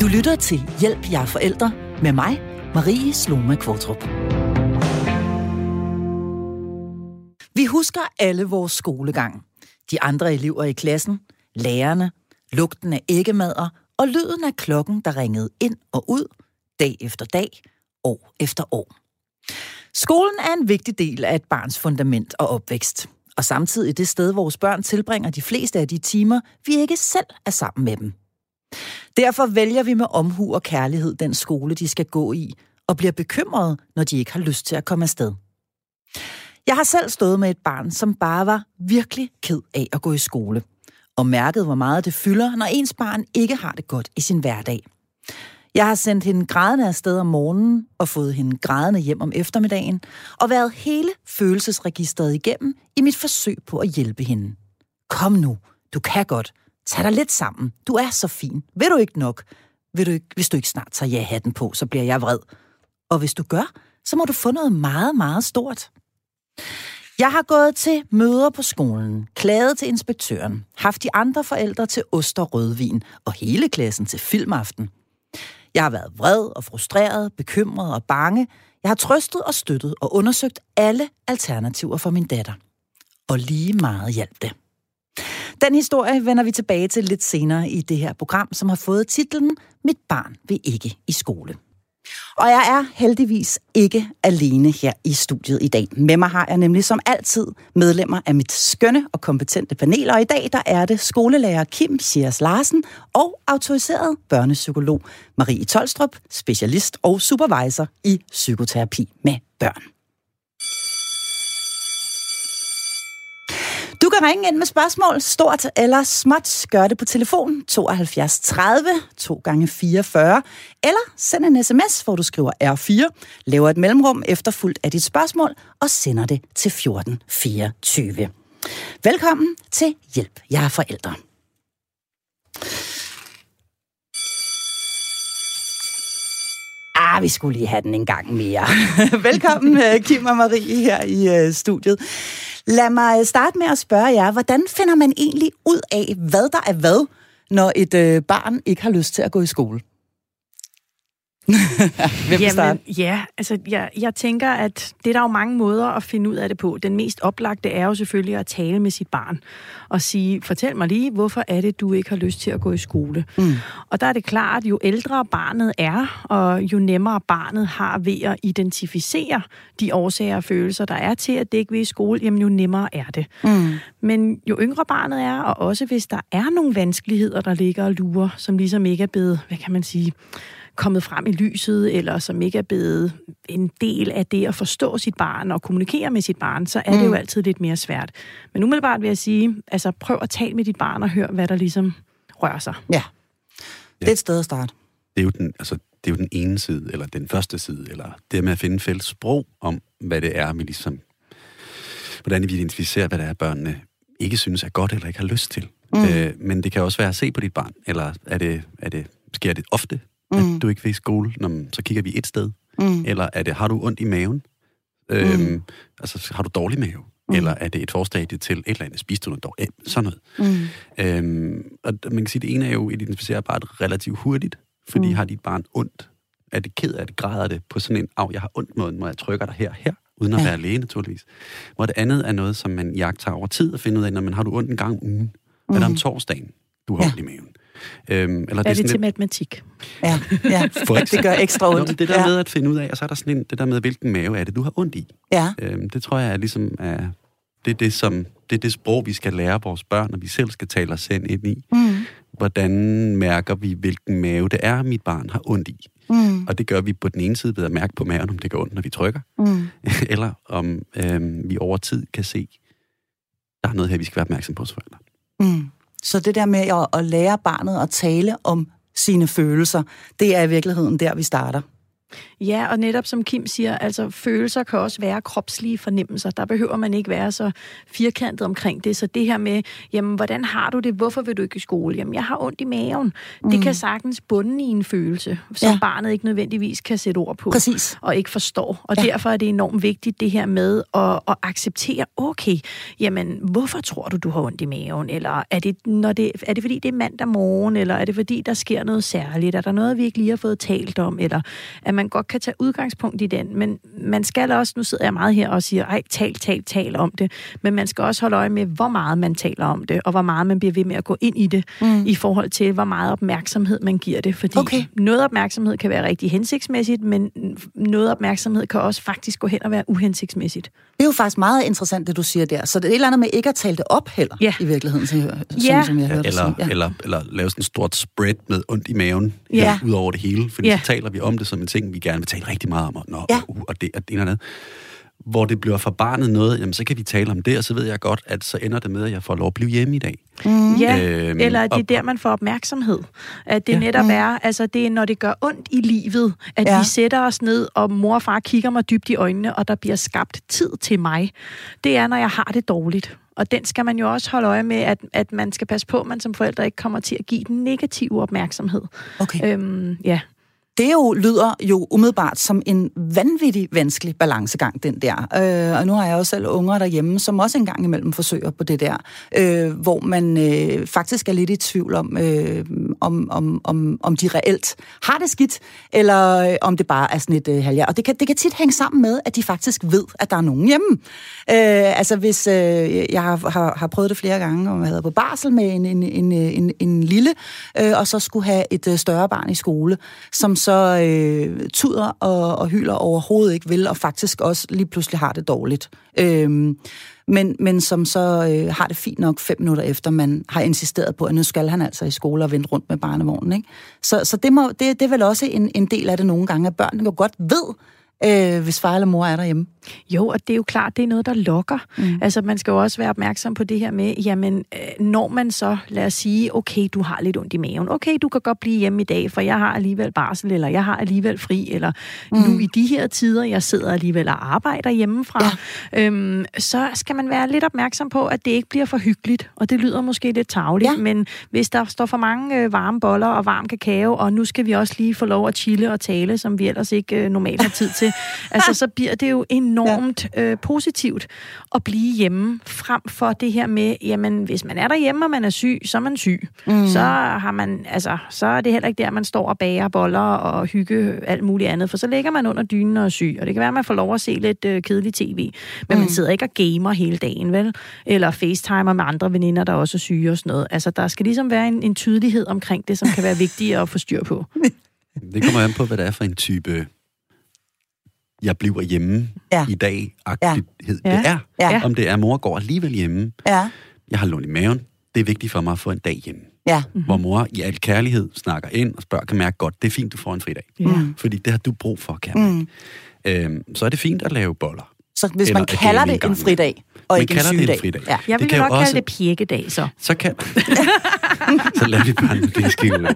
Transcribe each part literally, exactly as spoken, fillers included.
Du lytter til Hjælp, jeg er forældre med mig, Marie Sloma Kvartrup. Vi husker alle vores skolegang. De andre elever i klassen, lærerne, lugten af æggemadder og lyden af klokken, der ringede ind og ud, dag efter dag, år efter år. Skolen er en vigtig del af et barns fundament og opvækst, og samtidig det sted, vores børn tilbringer de fleste af de timer, vi ikke selv er sammen med dem. Derfor vælger vi med omhu og kærlighed den skole, de skal gå i, og bliver bekymrede, når de ikke har lyst til at komme afsted. Jeg har selv stået med et barn, som bare var virkelig ked af at gå i skole, og mærket, hvor meget det fylder, når ens barn ikke har det godt i sin hverdag. Jeg har sendt hende grædende afsted om morgenen, og fået hende grædende hjem om eftermiddagen, og været hele følelsesregistret igennem i mit forsøg på at hjælpe hende. Kom nu, du kan godt. Tag dig lidt sammen. Du er så fin. Vil du ikke nok? Vil du ikke, hvis du ikke snart tager ja-hatten på, så bliver jeg vred. Og hvis du gør, så må du få noget meget, meget stort. Jeg har gået til møder på skolen, klaget til inspektøren, haft de andre forældre til ost og rødvin, og hele klassen til filmaften. Jeg har været vred og frustreret, bekymret og bange. Jeg har trøstet og støttet og undersøgt alle alternativer for min datter. Og lige meget hjalp det. Den historie vender vi tilbage til lidt senere i det her program, som har fået titlen Mit barn vil ikke i skole. Og jeg er heldigvis ikke alene her i studiet i dag. Med mig har jeg nemlig som altid medlemmer af mit skønne og kompetente panel, og i dag der er det skolelærer Kim Schiers Larsen og autoriseret børnepsykolog Marie Tolstrup, specialist og supervisor i psykoterapi med børn. Du kan ringe ind med spørgsmål, stort eller småt. Gør det på telefon tooghalvfjerds tredive to gange fireogfyrre, eller send en sms, hvor du skriver R fire, laver et mellemrum efterfulgt af dit spørgsmål og sender det til fjorten fireogtyve. Velkommen til Hjælp, jeg er forældre. Ah, vi skulle lige have den en gang mere. Velkommen, Kim og Marie, her i uh, studiet. Lad mig starte med at spørge jer, hvordan finder man egentlig ud af, hvad der er hvad, når et øh, barn ikke har lyst til at gå i skole? Hvem vil starte? Ja, altså jeg, jeg tænker, at det er der jo mange måder at finde ud af det på. Den mest oplagte er jo selvfølgelig at tale med sit barn og sige, fortæl mig lige, hvorfor er det, du ikke har lyst til at gå i skole? Mm. Og der er det klart, at jo ældre barnet er, og jo nemmere barnet har ved at identificere de årsager og følelser, der er til, at det ikke vil i skole, jamen jo nemmere er det. Mm. Men jo yngre barnet er, og også hvis der er nogle vanskeligheder, der ligger og lurer, som ligesom ikke er blevet, hvad kan man sige, kommet frem i lyset, eller som ikke er blevet en del af det at forstå sit barn og kommunikere med sit barn, så er det mm. jo altid lidt mere svært. Men umiddelbart vil jeg sige, altså prøv at tale med dit barn og hør, hvad der ligesom rører sig. Ja, det er et sted at starte. Det er jo den, altså, det er jo den ene side, eller den første side, eller det med at finde fælles sprog om, hvad det er, vi ligesom, hvordan vi identificerer, hvad det er, børnene ikke synes er godt, eller ikke har lyst til. Mm. Øh, men det kan også være at se på dit barn, eller er det, er det, sker det ofte, at du ikke vil i skole, når, så kigger vi et sted. Mm. Eller er det, har du ondt i maven? Øhm, mm. Altså, har du dårlig mave? Mm. Eller er det et forstadie til et eller andet, spiste du noget dårligt? Sådan noget. Mm. Øhm, og man kan sige, det ene er jo identificerbart relativt hurtigt, fordi mm. har dit barn ondt? Er det ked af det? Græder det på sådan en, af jeg har ondt måde, hvor jeg trykker dig her, her, uden at ja. være alene, naturligvis. Hvor det andet er noget, som man jagter over tid at finde ud af, når man har du ondt en gang om ugen. Mm. Er der om torsdagen, du har ja. ondt i maven? Øhm, eller er det, er det til lidt... matematik? Ja, ja. det gør ekstra ondt. Nå, det der ja. med at finde ud af, og så er der sådan en, det der med, hvilken mave er det, du har ondt i. Ja. Øhm, det tror jeg er ligesom, er, det, er det, som, det er det sprog, vi skal lære vores børn, og vi selv skal tale os selv ind i. Mm. Hvordan mærker vi, hvilken mave det er, mit barn har ondt i? Mm. Og det gør vi på den ene side ved at mærke på maven, om det gør ondt, når vi trykker. Mm. Eller om øhm, vi over tid kan se, der er noget her, vi skal være opmærksom på som forældre. Mm. Så det der med at, at lære barnet at tale om sine følelser, det er i virkeligheden der, vi starter. Ja, og netop som Kim siger, altså følelser kan også være kropslige fornemmelser. Der behøver man ikke være så firkantet omkring det. Så det her med, jamen, hvordan har du det? Hvorfor vil du ikke i skole? Jamen, jeg har ondt i maven. Mm. Det kan sagtens bunde i en følelse, som ja. barnet ikke nødvendigvis kan sætte ord på. Præcis. Og ikke forstår. Og ja. derfor er det enormt vigtigt, det her med at, at acceptere, okay, jamen, hvorfor tror du, du har ondt i maven? Eller er det, når det, er det fordi, det er mandag morgen? Eller er det fordi, der sker noget særligt? Er der noget, vi ikke lige har fået talt om? Eller at man godt kan tage udgangspunkt i den, men man skal også, nu sidder jeg meget her og siger, ej, tal, tal, tal om det, men man skal også holde øje med, hvor meget man taler om det, og hvor meget man bliver ved med at gå ind i det, mm. i forhold til, hvor meget opmærksomhed man giver det, fordi okay. noget opmærksomhed kan være rigtig hensigtsmæssigt, men noget opmærksomhed kan også faktisk gå hen og være uhensigtsmæssigt. Det er jo faktisk meget interessant, det du siger der, så det er et eller andet med ikke at tale det op heller, ja. i virkeligheden, som, ja. som jeg hørte eller, sige. Ja. Eller, eller lave sådan et stort spread med ondt i maven, ja. ud over det hele, fordi ja. så taler vi om det som en ting, vi gerne vil tale rigtig meget om, og, nå, ja. uh, og det og det og det. Hvor det bliver for barnet noget, jamen så kan vi tale om det, og så ved jeg godt, at så ender det med, at jeg får lov at blive hjemme i dag. Mm. Ja, øhm, eller at det er der, man får opmærksomhed. At det ja. netop er, altså det er, når det gør ondt i livet, at ja. vi sætter os ned, og mor og far kigger mig dybt i øjnene, og der bliver skabt tid til mig. Det er, når jeg har det dårligt. Og den skal man jo også holde øje med, at, at man skal passe på, at man som forældre ikke kommer til at give den negative opmærksomhed. Okay. Øhm, ja. Det jo lyder jo umiddelbart som en vanvittig vanskelig balancegang, den der. Øh, og nu har jeg også selv unger derhjemme, som også en gang imellem forsøger på det der, øh, hvor man øh, faktisk er lidt i tvivl om, øh, om, om, om, om de reelt har det skidt, eller øh, om det bare er sådan et øh, halvjær. Og det kan, det kan tit hænge sammen med, at de faktisk ved, at der er nogen hjemme. Øh, altså hvis øh, jeg har, har, har prøvet det flere gange, og jeg havde på barsel med en, en, en, en, en lille, øh, og så skulle have et øh, større barn i skole, som så øh, tuder og, og hyler overhovedet ikke vil, og faktisk også lige pludselig har det dårligt. Øh, men, men som så øh, har det fint nok fem minutter efter, man har insisteret på, at nu skal han altså i skole og vende rundt med barnevognen. Ikke? Så, så det, må, det, det er vel også en, en del af det nogle gange, at børnene jo godt ved, øh, hvis far eller mor er derhjemme. Jo, og det er jo klart, det er noget, der lokker. Mm. Altså, man skal jo også være opmærksom på det her med, jamen, når man så, lad os sige, okay, du har lidt ondt i maven. Okay, du kan godt blive hjemme i dag, for jeg har alligevel barsel, eller jeg har alligevel fri, eller mm. nu i de her tider, jeg sidder alligevel og arbejder hjemmefra. Ja. Øhm, så skal man være lidt opmærksom på, at det ikke bliver for hyggeligt, og det lyder måske lidt tarveligt, ja. men hvis der står for mange øh, varme boller og varm kakao, og nu skal vi også lige få lov at chille og tale, som vi ellers ikke øh, normalt har tid til, altså, så bliver det jo en enormt ja. øh, positivt at blive hjemme, frem for det her med, jamen, hvis man er derhjemme, og man er syg, så er man syg. Mm. Så har man, altså, så er det heller ikke der, man står og bager boller og hygge alt muligt andet, for så ligger man under dynen og er syg, og det kan være, at man får lov at se lidt øh, kedelig tv, men mm. man sidder ikke og gamer hele dagen, vel? Eller facetimer med andre veninder, der også er syge og sådan noget. Altså, der skal ligesom være en, en tydelighed omkring det, som kan være vigtigt at få styr på. Det kommer an på, hvad det er for en type jeg bliver hjemme ja. i dag, aktivithed ja. det er. Ja. Om det er, mor går alligevel hjemme. Ja. Jeg har lånt i maven. Det er vigtigt for mig at få en dag hjemme. Ja. Mm-hmm. Hvor mor i al kærlighed snakker ind og spørger, kan mærke godt, det er fint, du får en fridag. Mm. Fordi det har du brug for, kan mm. øhm, Så er det fint at lave boller. Så hvis Eller man kalder det en fridag, og ikke en sygedag. Ja. Jeg vil nok kalde det pjekkedag, så. Så kan... så lader vi bare det ske ud.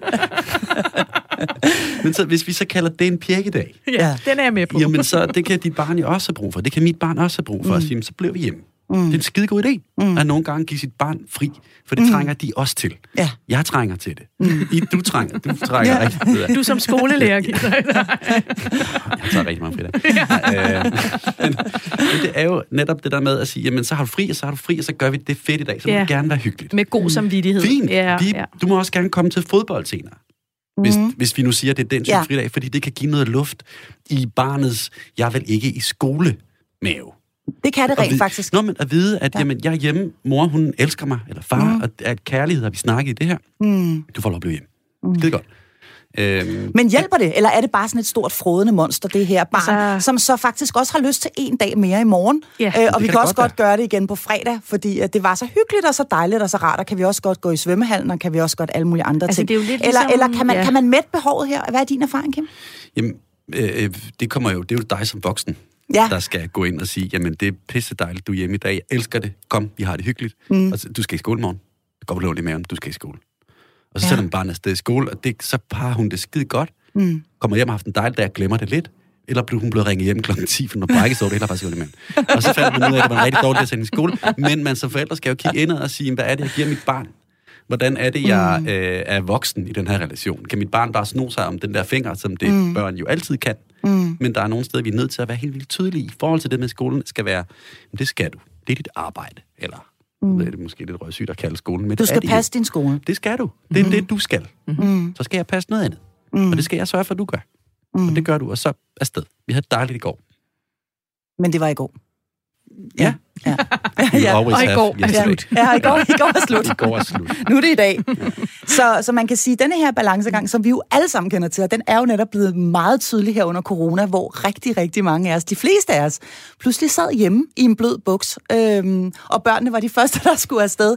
Men så, hvis vi så kalder det en pjekkedag, ja, den er jeg med på. Jamen, så det kan dit barn jo også have brug for. Det kan mit barn også have brug for. Mm. Så, jamen, så bliver vi hjemme. Mm. Det er en skide god idé, mm. at nogle gange give sit barn fri, for det mm. trænger de også til. Ja. Jeg trænger til det. Mm. I, du trænger, du trænger ja. rigtig til det. Du som skolelærer giver dig. Jeg tager rigtig mange fridage. Ja. Øh, men, men det er jo netop det der med at sige, jamen så har du fri, og så har du fri, og så gør vi det fedt i dag, så ja. må det gerne være hyggeligt. Med god samvittighed. Fint. Ja, vi, ja. Du må også gerne komme til fodbold senere. Hvis, mm. hvis vi nu siger, at det er den type ja. fridag, fordi det kan give noget luft i barnets, jeg vil ikke i skole mave. Det kan det rent vide, faktisk. Nå, men at vide, at ja. jamen, jeg er hjemme, mor, hun elsker mig, eller far, mm. og at kærlighed har vi snakket i det her. Mm. Du får lov at blive hjemme. Mm. Det er godt. Øhm, men hjælper det, eller er det bare sådan et stort frådende monster, det her barn, altså, som så faktisk også har lyst til en dag mere i morgen? Ja. Øh, og vi kan, kan også godt, godt gøre det igen på fredag, fordi at det var så hyggeligt og så dejligt og så rart, og kan vi også godt gå i svømmehallen, og kan vi også godt alle mulige andre altså, ting. Det er jo lidt eller, ligesom, eller kan man, ja. kan man mætte behovet her? Hvad er din erfaring, Kim? Jamen, øh, det kommer jo, det er jo dig som voksen, ja. der skal gå ind og sige, jamen det er pisse dejligt, du er hjemme i dag, jeg elsker det, kom, vi har det hyggeligt, mm. og du skal i skole i morgen. Gå på lån i maven, du skal i skole. Og så ja. sætter man barnet afsted i skole, og det, så har hun det skide godt. Mm. Kommer hjem og har haft en dejlig dag, glemmer det lidt. eller blev hun blevet ringet hjem klokken ti, for når brække så det heller faktisk ondt i mand. Og så fandt man ud af, at det var en rigtig dårlig at sende i skole. Men man som forældre skal jo kigge indad og sige, hvad er det, jeg giver mit barn? Hvordan er det, jeg mm. øh, er voksen i den her relation? Kan mit barn bare sno sig om den der finger, som det mm. børn jo altid kan? Mm. Men der er nogle steder, vi er nødt til at være helt vildt tydelige i forhold til det med skolen. Skal være, det skal du. Det er dit arbejde. Eller, mm. det er det måske lidt røgsygt at kalde skolen. Men du skal det passe din skole. Det skal du. Det er mm. det, du skal. Mm. Så skal jeg passe noget andet. Mm. Og det skal jeg sørge for, at du gør. Mm. Og det gør du, og så afsted. Vi havde dejligt i går. Men det var i går. Ja. ja. ja. Og i går er slut. Ja, i går, i går er slut. I går er slut. Nu er det i dag. Så, så man kan sige, at denne her balancegang, som vi jo alle sammen kender til, den er jo netop blevet meget tydelig her under corona, hvor rigtig, rigtig mange af os, de fleste af os, pludselig sad hjemme i en blød buks. Øhm, og børnene var de første, der skulle afsted.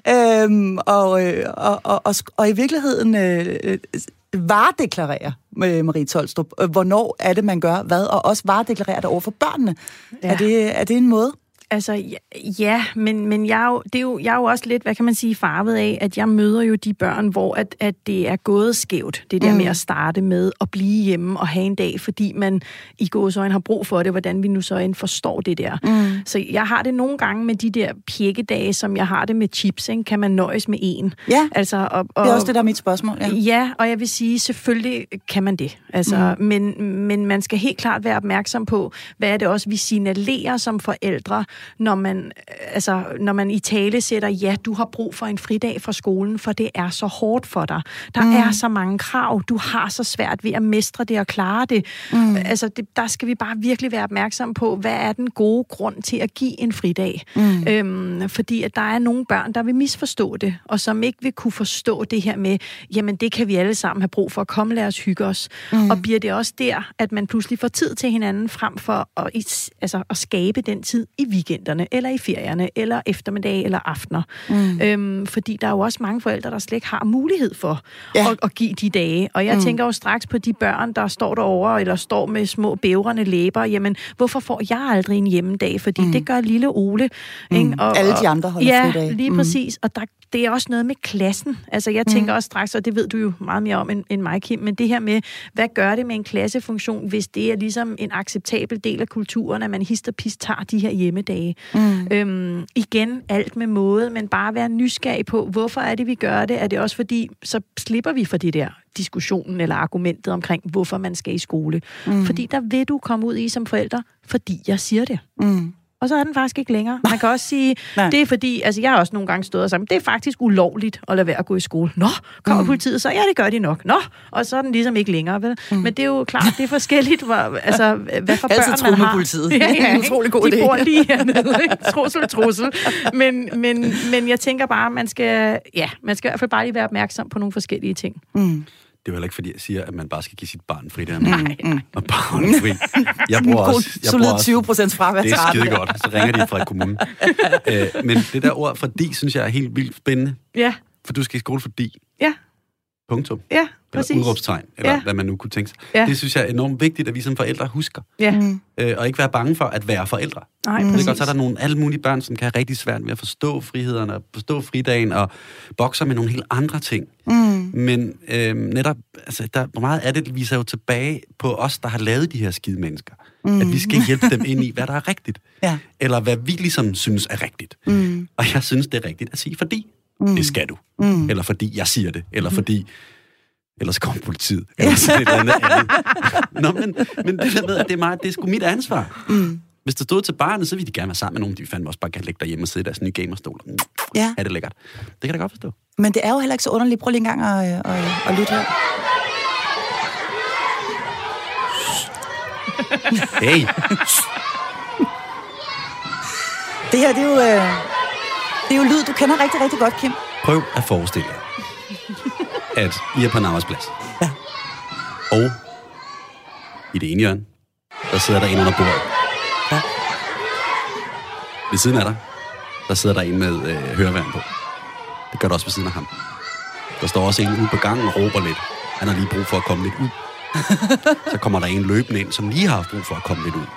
Øhm, og, og, og, og, og i virkeligheden øh, varedeklarere, Marie Tolstrup, hvornår er det, man gør hvad, og også varedeklarere det over for børnene. Ja. Er, det, er det en måde? Altså, ja, ja men, men jeg, er jo, det er jo, jeg er jo også lidt, hvad kan man sige, farvet af, at jeg møder jo de børn, hvor at, at det er gået skævt. Det der mm. med at starte med at blive hjemme og have en dag, fordi man i gåseøjne har brug for det, hvordan vi nu så end forstår det der. Mm. Så jeg har det nogle gange med de der pjekkedage, som jeg har det med chips, ikke? Kan man nøjes med en? Ja, altså, og, og, det er også det, der er mit spørgsmål. Ja, ja, og jeg vil sige, selvfølgelig kan man det. Altså, mm. men, men man skal helt klart være opmærksom på, hvad er det også, vi signalerer som forældre, når man, altså, når man i tale sætter, ja, du har brug for en fridag fra skolen, for det er så hårdt for dig. Der mm. er så mange krav, du har så svært ved at mestre det og klare det. Mm. Altså, det, der skal vi bare virkelig være opmærksom på, hvad er den gode grund til at give en fridag. Mm. Øhm, fordi at der er nogle børn, der vil misforstå det, og som ikke vil kunne forstå det her med, jamen, det kan vi alle sammen have brug for at komme, lad os hygge os. Mm. Og bliver det også der, at man pludselig får tid til hinanden, frem for at, altså, at skabe den tid i weekenderne, eller i ferierne, eller eftermiddag, eller aftener. Mm. Øhm, fordi der er jo også mange forældre, der slet ikke har mulighed for ja. at, at give de dage. Og jeg mm. tænker jo straks på de børn, der står derovre, eller står med små bævrende læber. Jamen, hvorfor får jeg aldrig en hjemmedag? Fordi mm. det gør lille Ole. Mm. Ikke? Og, Alle de andre holder ja, fridag. Ja, lige mm. præcis. Og der, det er også noget med klassen. Altså, jeg tænker mm. også straks, og det ved du jo meget mere om end, end mig, Kim, men det her med, hvad gør det med en klassefunktion, hvis det er ligesom en acceptabel del af kulturen, at man hister pist tager de her hjemmedage. Mm. Øhm, igen, alt med måde, men bare være nysgerrig på, hvorfor er det, vi gør det? Er det også fordi, så slipper vi for det der diskussionen eller argumentet omkring, hvorfor man skal i skole. Mm. Fordi der vil du komme ud i som forælder, fordi jeg siger det. Mm. Og så er den faktisk ikke længere. Man kan også sige, det er fordi, altså jeg har også nogle gange stået og sagt, det er faktisk ulovligt at lade være at gå i skole. Nå, kommer mm. politiet så? Ja, det gør de nok. Nå, og så er den ligesom ikke længere, vel? Mm. Men det er jo klart, det er forskelligt, hvor, altså, hvad for børn man har. Politiet. Ja, ja, det er en utrolig god de idé. De bor lige hernede, ikke? Trussel, trussel. Men, men, men jeg tænker bare, man skal, ja, man skal i hvert fald bare lige være opmærksom på nogle forskellige ting. Mm. Det er jo heller ikke, fordi jeg siger, at man bare skal give sit barn fri der. Nej, nej. Og bare holde fri. Jeg bruger også... Jeg bruger også tyve procent fravær. Det er skide godt. Så ringer de fra kommunen. øh, men det der ord fordi, synes jeg er helt vildt spændende. Ja. For du skal i skole fordi. Ja. Punktum. Ja, præcis. Eller udråbstegn, eller ja. hvad man nu kunne tænke sig. Ja. Det synes jeg er enormt vigtigt, at vi som forældre husker. Ja. Mm. Øh, og ikke være bange for at være forældre. Nej, det er godt, så er der nogle alle mulige børn, som kan have rigtig svært ved at forstå frihederne, og forstå fridagen, og bokser med nogle helt andre ting. Mm. Men øh, netop, altså, der, hvor meget af det viser jo tilbage på os, der har lavet de her skide mennesker. Mm. At vi skal hjælpe dem ind i, hvad der er rigtigt. Ja. Eller hvad vi ligesom synes er rigtigt. Mm. Og jeg synes, det er rigtigt at sige, fordi mm. det skal du. Mm. Eller fordi jeg siger det. Eller mm. fordi... Ellers kommer politiet. Eller sådan et eller andet andet. Nå, men, men det der med, at det er, meget, det er sgu mit ansvar. Mm. Hvis det stod til barnet, så ville de gerne være sammen med nogen, de fandme også bare kan lægge derhjemme og sidde i deres nye gamerstol. Ja. Er det lækkert? Det kan jeg da godt forstå. Men det er jo heller ikke så underligt. Prøv lige en gang at, at, at lytte her. Hey! Det her, det er jo, øh, det er jo lyd, du kender rigtig, rigtig godt, Kim. Prøv at forestille jer, at I er på en arbejdsplads. Ja. Og i det ene hjørne, der sidder der en under bordet. Ja. Ved siden af dig, der sidder der en med øh, høreværn på. Det gør der også ved siden af ham. Der står også en ude på gangen og råber lidt. Han har lige brug for at komme lidt ud. Så kommer der en løbende ind, som lige har haft brug for at komme lidt ud.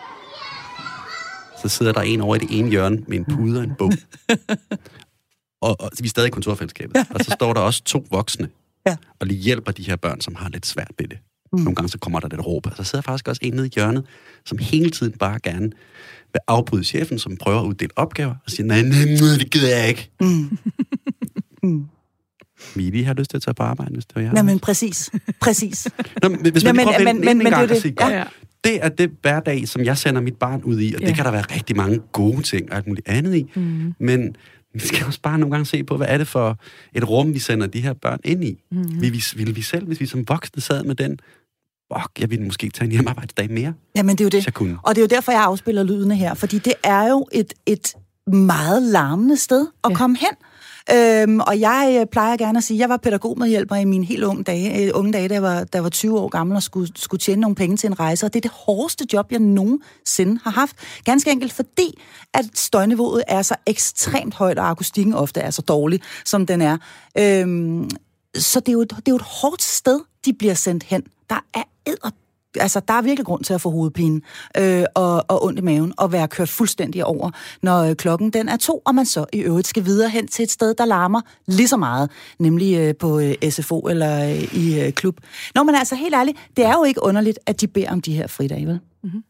Så sidder der en over i det ene hjørne med en pude og en bog. Og, og vi er stadig i kontorfællesskabet. Og så står der også to voksne, ja. Og lige hjælper de her børn, som har lidt svært ved det. Mm. Nogle gange så kommer der lidt råb, og så sidder faktisk også en nede i hjørnet, som hele tiden bare gerne vil afbryde chefen, som prøver at uddele opgaver, og siger, nej, nej, nej, det gider jeg ikke. Mm. mm. Mili har lyst til at tage på arbejde, hvis det var jeg. Nej, men præcis. Præcis. Nå, men, hvis man Nå, lige men, men, men, men det er det. Sige, ja. Det er det hverdag, som jeg sender mit barn ud i, og ja. det kan der være rigtig mange gode ting og alt muligt andet i, mm. men vi skal også bare nogle gange se på, hvad er det for et rum, vi sender de her børn ind i. Mm. Vil, vi, vil vi selv, hvis vi som voksne sad med den, fuck, jeg ville måske tage en hjemmearbejdsdag mere. Jamen, det er jo det. Og det er jo derfor, jeg afspiller lydene her, fordi det er jo et, et meget larmende sted at ja. komme hen. Øhm, og jeg plejer gerne at sige, at jeg var pædagogmedhjælper i mine helt unge dage, øh, unge dage da jeg, var, da jeg var tyve år gammel og skulle, skulle tjene nogle penge til en rejse. Og det er det hårdeste job, jeg nogensinde har haft. Ganske enkelt fordi, at støjniveauet er så ekstremt højt, og akustikken ofte er så dårlig, som den er. Øhm, så det er, jo, det er jo et hårdt sted, de bliver sendt hen. Der er edder Altså, der er virkelig grund til at få hovedpine øh, og, og ondt i maven og være kørt fuldstændig over, når øh, klokken den er to, og man så i øvrigt skal videre hen til et sted, der larmer lige så meget, nemlig øh, på øh, S F O eller øh, i øh, klub. Nå, men altså helt ærligt, det er jo ikke underligt, at de beder om de her fridage, vel? Mm-hmm.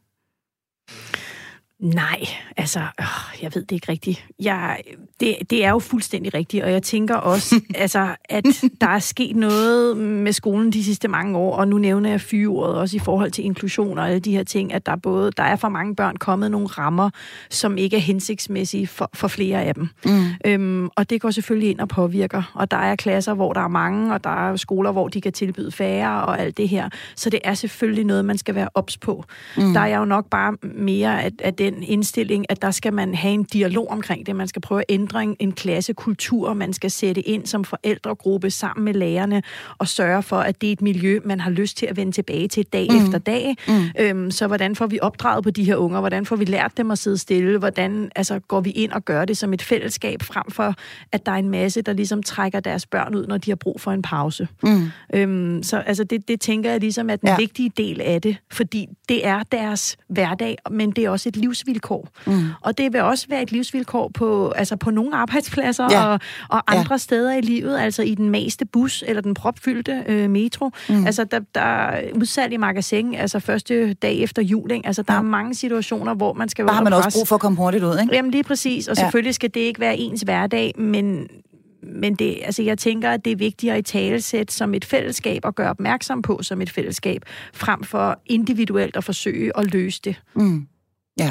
Nej, altså, øh, jeg ved det ikke rigtigt. Jeg, det, det er jo fuldstændig rigtigt, og jeg tænker også, altså, at der er sket noget med skolen de sidste mange år, og nu nævner jeg fyreordet også i forhold til inklusion og alle de her ting, at der, både, der er for mange børn kommet nogle rammer, som ikke er hensigtsmæssige for, for flere af dem. Mm. Øhm, og det går selvfølgelig ind og påvirker, og der er klasser, hvor der er mange, og der er skoler, hvor de kan tilbyde færre og alt det her. Så det er selvfølgelig noget, man skal være ops på. Mm. Der er jo nok bare mere at, at den indstilling, at der skal man have en dialog omkring det. Man skal prøve at ændre en, en klassekultur. Man skal sætte ind som forældregruppe sammen med lærerne og sørge for, at det er et miljø, man har lyst til at vende tilbage til dag mm. efter dag. Mm. Øhm, så hvordan får vi opdraget på de her unger? Hvordan får vi lært dem at sidde stille? Hvordan altså, går vi ind og gør det som et fællesskab, frem for, at der er en masse, der ligesom trækker deres børn ud, når de har brug for en pause? Mm. Øhm, så altså, det, det tænker jeg ligesom er den ja. vigtige del af det, fordi det er deres hverdag, men det er også et livsvilkår. Mm. Og det vil også være et livsvilkår på, altså på nogle arbejdspladser ja. og, og andre ja. steder i livet, altså i den meste bus eller den propfyldte øh, metro. Mm. Altså der, der er udsalg i magasin, altså første dag efter jul, ikke? Altså der ja. er mange situationer, hvor man skal... Der har man også brug for at komme hurtigt ud, ikke? Jamen lige præcis, og ja. selvfølgelig skal det ikke være ens hverdag, men... Men det, altså jeg tænker, at det er vigtigere i talesæt som et fællesskab og gøre opmærksom på som et fællesskab, frem for individuelt at forsøge at løse det. Mm. Ja.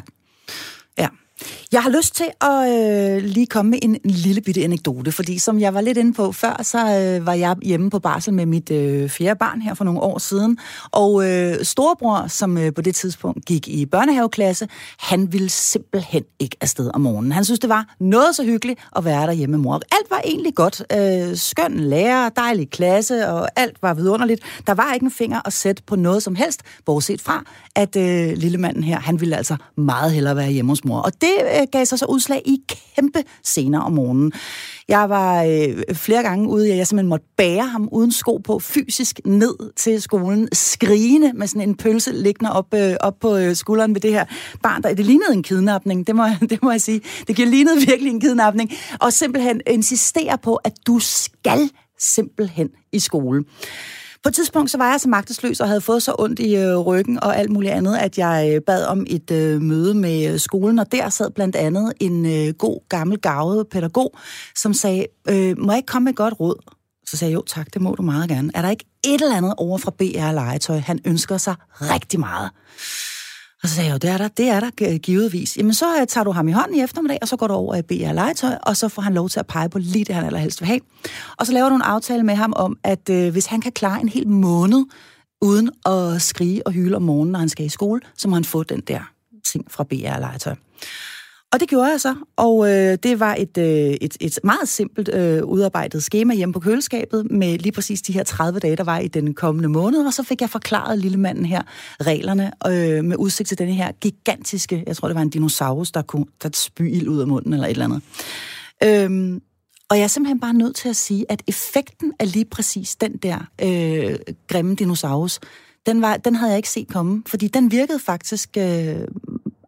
Ja. Jeg har lyst til at øh, lige komme med en, en lille bitte anekdote, fordi som jeg var lidt inde på før, så øh, var jeg hjemme på barsel med mit øh, fjerde barn her for nogle år siden, og øh, storebror, som øh, på det tidspunkt gik i børnehaveklasse, han ville simpelthen ikke afsted om morgenen. Han synes, det var noget så hyggeligt at være der hjemme med mor. Alt var egentlig godt. Øh, skøn lærer, dejlig klasse, og alt var vidunderligt. Der var ikke en finger at sætte på noget som helst, bortset fra, at øh, lillemanden her, han ville altså meget hellere være hjemme hos mor. Og det øh, gav sig så udslag i kæmpe scener om morgenen. Jeg var øh, flere gange ude, at jeg simpelthen måtte bære ham uden sko på, fysisk ned til skolen, skrigende med sådan en pølse liggende op, øh, op på øh, skulderen ved det her barn. Der, det lignede en kidnapning, det må, det må jeg sige. Det lignede virkelig en kidnapning. Og simpelthen insistere på, at du skal simpelthen i skole. På et tidspunkt så var jeg så magtesløs og havde fået så ondt i øh, ryggen og alt muligt andet, at jeg øh, bad om et øh, møde med øh, skolen, og der sad blandt andet en øh, god, gammel, garvet pædagog, som sagde, øh, må jeg ikke komme med et godt råd? Så sagde jeg, jo tak, det må du meget gerne. Er der ikke et eller andet over fra B R Legetøj, han ønsker sig rigtig meget? Og så sagde jeg jo, det er der, det er der givetvis. Jamen så tager du ham i hånden i eftermiddag, og så går du over i B R Legetøj, og så får han lov til at pege på lige det, han allerhelst vil have. Og så laver du en aftale med ham om, at øh, hvis han kan klare en hel måned, uden at skrige og hyle om morgenen, når han skal i skole, så må han få den der ting fra B R Legetøj. Og det gjorde jeg så, og øh, det var et, øh, et, et meget simpelt øh, udarbejdet skema hjemme på køleskabet med lige præcis de her tredive dage, der var i den kommende måned, og så fik jeg forklaret lillemanden her reglerne øh, med udsigt til denne her gigantiske, jeg tror det var en dinosaurus, der kunne der spy ild ud af munden eller et eller andet. Øhm, og jeg er simpelthen bare nødt til at sige, at effekten af lige præcis den der øh, grimme dinosaurus, den, var, den havde jeg ikke set komme, fordi den virkede faktisk... Øh,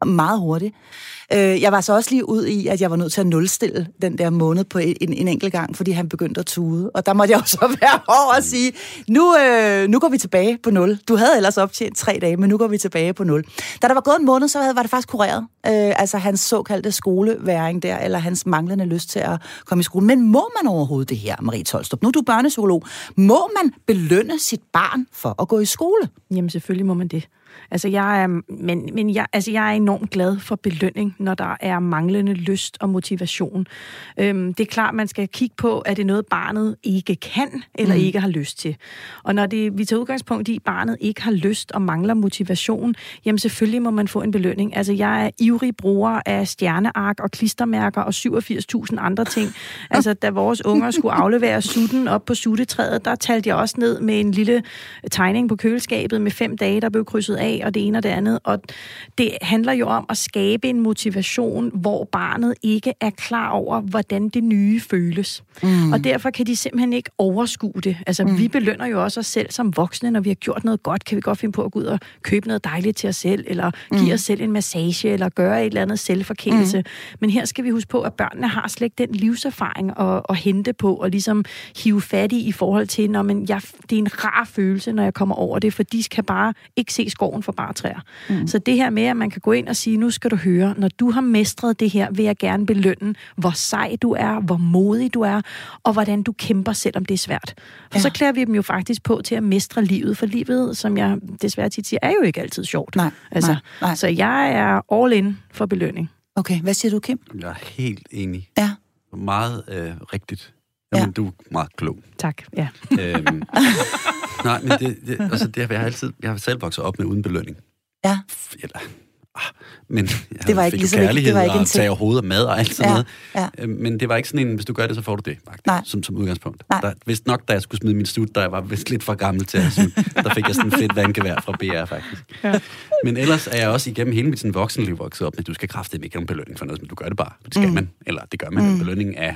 meget hurtigt. Jeg var så også lige ud i, at jeg var nødt til at nulstille den der måned på en, en enkelt gang, fordi han begyndte at tude. Og der måtte jeg jo så være hård og sige, nu, øh, nu går vi tilbage på nul. Du havde ellers optjent tre dage, men nu går vi tilbage på nul. Da der var gået en måned, så var det faktisk kureret. Øh, altså hans såkaldte skoleværing der, eller hans manglende lyst til at komme i skole. Men må man overhovedet det her, Marie Tolstrup? Nu er du børnepsykolog. Må man belønne sit barn for at gå i skole? Jamen selvfølgelig må man det. Altså jeg er, men, men jeg, altså jeg er enormt glad for belønning, når der er manglende lyst og motivation. Øhm, det er klart, man skal kigge på, at det er noget, barnet ikke kan eller mm. ikke har lyst til. Og når det, vi tager udgangspunkt i, at barnet ikke har lyst og mangler motivation, jamen selvfølgelig må man få en belønning. Altså jeg er ivrig bruger af stjerneark og klistermærker og syvogfirs tusind andre ting. Altså da vores unger skulle aflevere sutten op på suttetræet, der talte jeg også ned med en lille tegning på køleskabet med fem dage, der blev krydset af, og det ene og det andet. Og det handler jo om at skabe en motivation, hvor barnet ikke er klar over, hvordan det nye føles. Mm. Og derfor kan de simpelthen ikke overskue det. Altså, mm. vi belønner jo også os selv som voksne, når vi har gjort noget godt. Kan vi godt finde på at gå ud og købe noget dejligt til os selv, eller mm. give os selv en massage, eller gøre et eller andet selvforkælelse. Mm. Men her skal vi huske på, at børnene har slet ikke den livserfaring at, at hente på, og ligesom hive fat i i forhold til, når man, jeg, det er en rar følelse, når jeg kommer over det, for de kan bare ikke se skoven for bare træer. Mm. Så det her med, at man kan gå ind og sige, nu skal du høre, når du har mestret det her, vil jeg gerne belønne, hvor sej du er, hvor modig du er, og hvordan du kæmper, selvom det er svært. For ja. Så klæder vi dem jo faktisk på til at mestre livet, for livet, som jeg desværre tit siger, er jo ikke altid sjovt. Nej, altså, nej, nej. Så jeg er all in for belønning. Okay, hvad siger du, Kim? Jeg er helt enig. Ja. Meget øh, rigtigt. Jamen, ja. Du er meget klog. Tak, ja. Øhm, nej, men det, det, altså, det har jeg altid, jeg har selv vokset op med uden belønning. Ja. Eller, ah, men jeg det var ikke ligesom kærlighed det var ikke og tage overhovedet og mad og alt sådan ja, noget. Ja. Men det var ikke sådan en, hvis du gør det, så får du det, faktisk, Nej. som, som udgangspunkt. Nej. Der, vist nok, da jeg skulle smide min stud, da jeg var vist lidt for gammel til at smide, der fik jeg sådan en fedt vandgevær fra B R, faktisk. Ja. Men ellers er jeg også igennem hele mit sådan, voksenliv vokset op med, at du skal kraftedeme ikke have en belønning for noget, men du gør det bare. Det skal mm. man, eller det gør man. Mm. En belønning af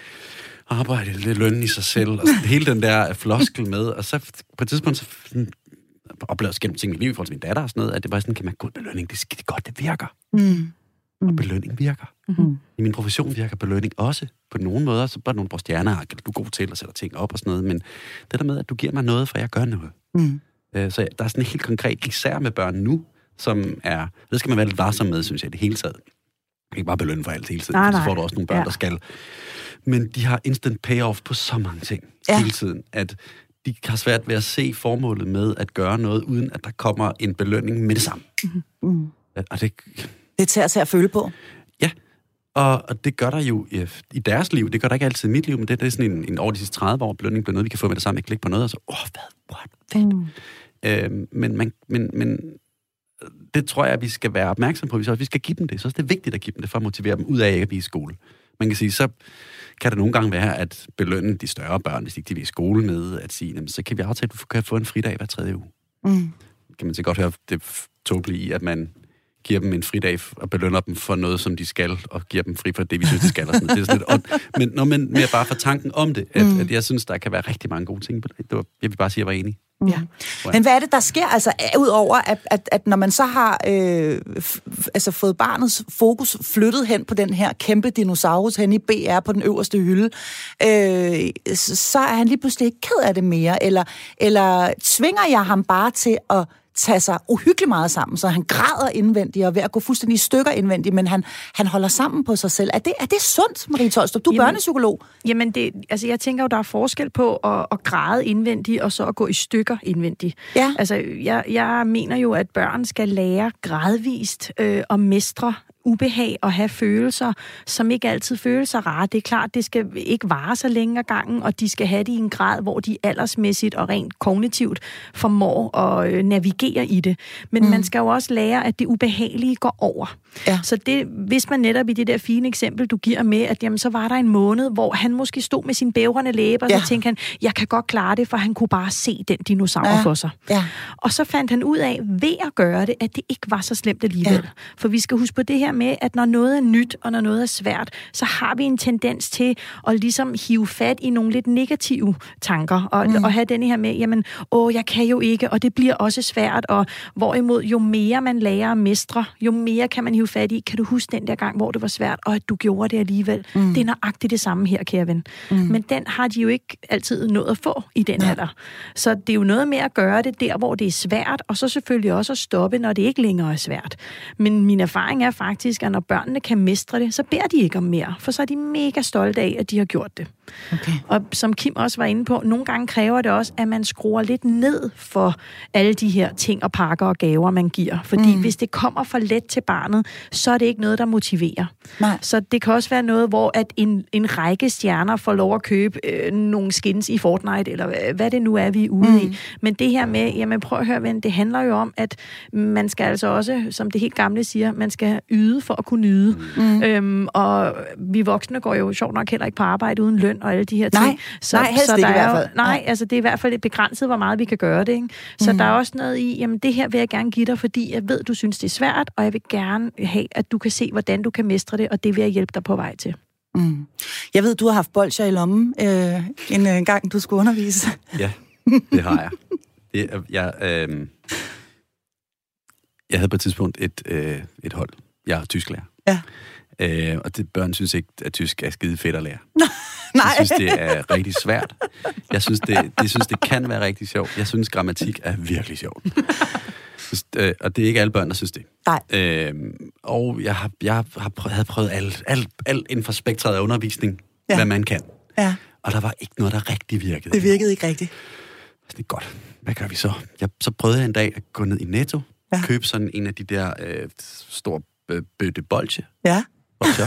arbejde, lidt løn i sig selv, og sådan, hele den der floskel med, og så på et tidspunkt, så oplevede jeg gennem ting i liv i forhold til min datter og sådan noget, at det var sådan, kan man god belønning, det er godt, det virker. Mm. Mm. Og belønning virker. Mm. I min profession virker belønning også. På nogle måder, så bare nogle på stjerneark, du er god til at sætte ting op og sådan noget, men det der med, at du giver mig noget, for jeg gør noget. Mm. Så der er sådan helt konkret, især med børn nu, som er, det skal man være lidt varsom med, synes jeg, det hele taget. Ikke bare belønne for alt hele tiden, nej, for så får du også nogle børn, ja. Der skal. Men de har instant payoff på så mange ting ja. Hele tiden, at de har svært ved at se formålet med at gøre noget, uden at der kommer en belønning med det samme. Mm. Og det, det tager sig at føle på. Ja, og, og det gør der jo i, i deres liv. Det gør der ikke altid i mit liv, men det, det er sådan en, en over de sidste tredive år, belønning bliver noget, vi kan få med det samme. Jeg klikker på noget, og så, åh, oh, hvad, what, fedt. Mm. Øhm, men, man, men, men det tror jeg, at vi skal være opmærksom på. Vi skal give dem det. Så er det vigtigt at give dem det, for at motivere dem ud af ikke at blive i skole. Man kan sige, så kan det nogle gange være at belønne de større børn, hvis ikke de vil i skole med, at sige, jamen, så kan vi aftale, at du kan få en fridag hver tredje uge. Mm. Kan man så godt høre det tåbelige i, at man giver dem en fridag og belønner dem for noget, som de skal, og giver dem fri for det, vi synes, de skal. Og sådan. Det er sådan lidt ondt. Men når man mere bare for tanken om det, at, mm. at jeg synes, der kan være rigtig mange gode ting på det. det var, jeg vil bare sige, at jeg var enig. Ja. Men hvad er det, der sker, altså, udover at, at, at når man så har øh, f- altså fået barnets fokus flyttet hen på den her kæmpe dinosaurus hen i B R på den øverste hylde, øh, så er han lige pludselig ikke ked af det mere, eller, eller tvinger jeg ham bare til at tage sig uhyggeligt meget sammen, så han græder indvendigt og er ved at gå fuldstændig i stykker indvendigt, men han, han holder sammen på sig selv. Er det, er det sundt, Marie Tolstrup? Du er jamen, børnepsykolog. Jamen, det, altså jeg tænker jo, der er forskel på at, at græde indvendigt, og så at gå i stykker indvendigt. Ja. Altså, jeg, jeg mener jo, at børn skal lære gradvist øh, at mestre ubehag og have følelser, som ikke altid føles så rare. Det er klart, det skal ikke vare så længe ad gangen, og de skal have det i en grad, hvor de aldersmæssigt og rent kognitivt formår at øh, navigere i det. Men mm. man skal jo også lære, at det ubehagelige går over. Ja. Så det, hvis man netop i det der fine eksempel, du giver med, at jamen, så var der en måned, hvor han måske stod med sin bævrende læber, ja. Så tænkte han, jeg kan godt klare det, for han kunne bare se den dinosaur ja. For sig. Ja. Og så fandt han ud af, ved at gøre det, at det ikke var så slemt alligevel. Ja. For vi skal huske på det her her med, at når noget er nyt, og når noget er svært, så har vi en tendens til at ligesom hive fat i nogle lidt negative tanker, og, mm. og have den her med, jamen, åh, jeg kan jo ikke, og det bliver også svært, og hvorimod, jo mere man lærer at mestre, jo mere kan man hive fat i, kan du huske den der gang, hvor det var svært, og at du gjorde det alligevel. Mm. Det er nøjagtigt det samme her, kære ven. Mm. Men den har de jo ikke altid nået at få i den alder. Så det er jo noget med at gøre det der, hvor det er svært, og så selvfølgelig også at stoppe, når det ikke længere er svært. Men min erfaring er faktisk, at når børnene kan mestre det, så beder de ikke om mere, for så er de mega stolte af, at de har gjort det. Okay. Og som Kim også var inde på, nogle gange kræver det også, at man skruer lidt ned for alle de her ting og pakker og gaver, man giver. Fordi mm. hvis det kommer for let til barnet, så er det ikke noget, der motiverer. Nej. Så det kan også være noget, hvor at en, en række stjerner får lov at købe øh, nogle skins i Fortnite, eller hvad det nu er, vi er ude mm. i. Men det her med, jamen prøv at høre, ven, det handler jo om, at man skal altså også, som det helt gamle siger, man skal yde for at kunne nyde. Mm. Øhm, og vi voksne går jo sjovt nok heller ikke på arbejde uden løn og alle de her ting. Nej, så, nej helst så ikke der i hvert fald. Jo, nej, nej, altså det er i hvert fald begrænset, hvor meget vi kan gøre det. Ikke? Så mm. der er også noget i, jamen det her vil jeg gerne give dig, fordi jeg ved, du synes, det er svært, og jeg vil gerne have, at du kan se, hvordan du kan mestre det, og det vil jeg hjælpe dig på vej til. Mm. Jeg ved, du har haft bolsjer i lommen øh, en, en gang, du skulle undervise. Ja, det har jeg. Det, jeg, øh, jeg havde på et tidspunkt et, øh, et hold. Jeg er tysklærer. Ja. Øh, og det, børn synes ikke, at tysk er skide fedt at lære. Nej. Jeg synes, det er rigtig svært. Jeg synes, det, det, synes, det kan være rigtig sjovt. Jeg synes, grammatik er virkelig sjovt. Synes, øh, og det er ikke alle børn, der synes det. Nej. Øh, og jeg, har, jeg har prøvet, havde prøvet alt, alt, alt inden for spektret af undervisning, ja. Hvad man kan. Ja. Og der var ikke noget, der rigtig virkede. Det virkede ikke rigtigt. Det er godt. Hvad gør vi så? Jeg, så prøvede jeg en dag at gå ned i Netto, ja. Købe sådan en af de der øh, store øh, bøtte bolsje. Ja. Bolsjer.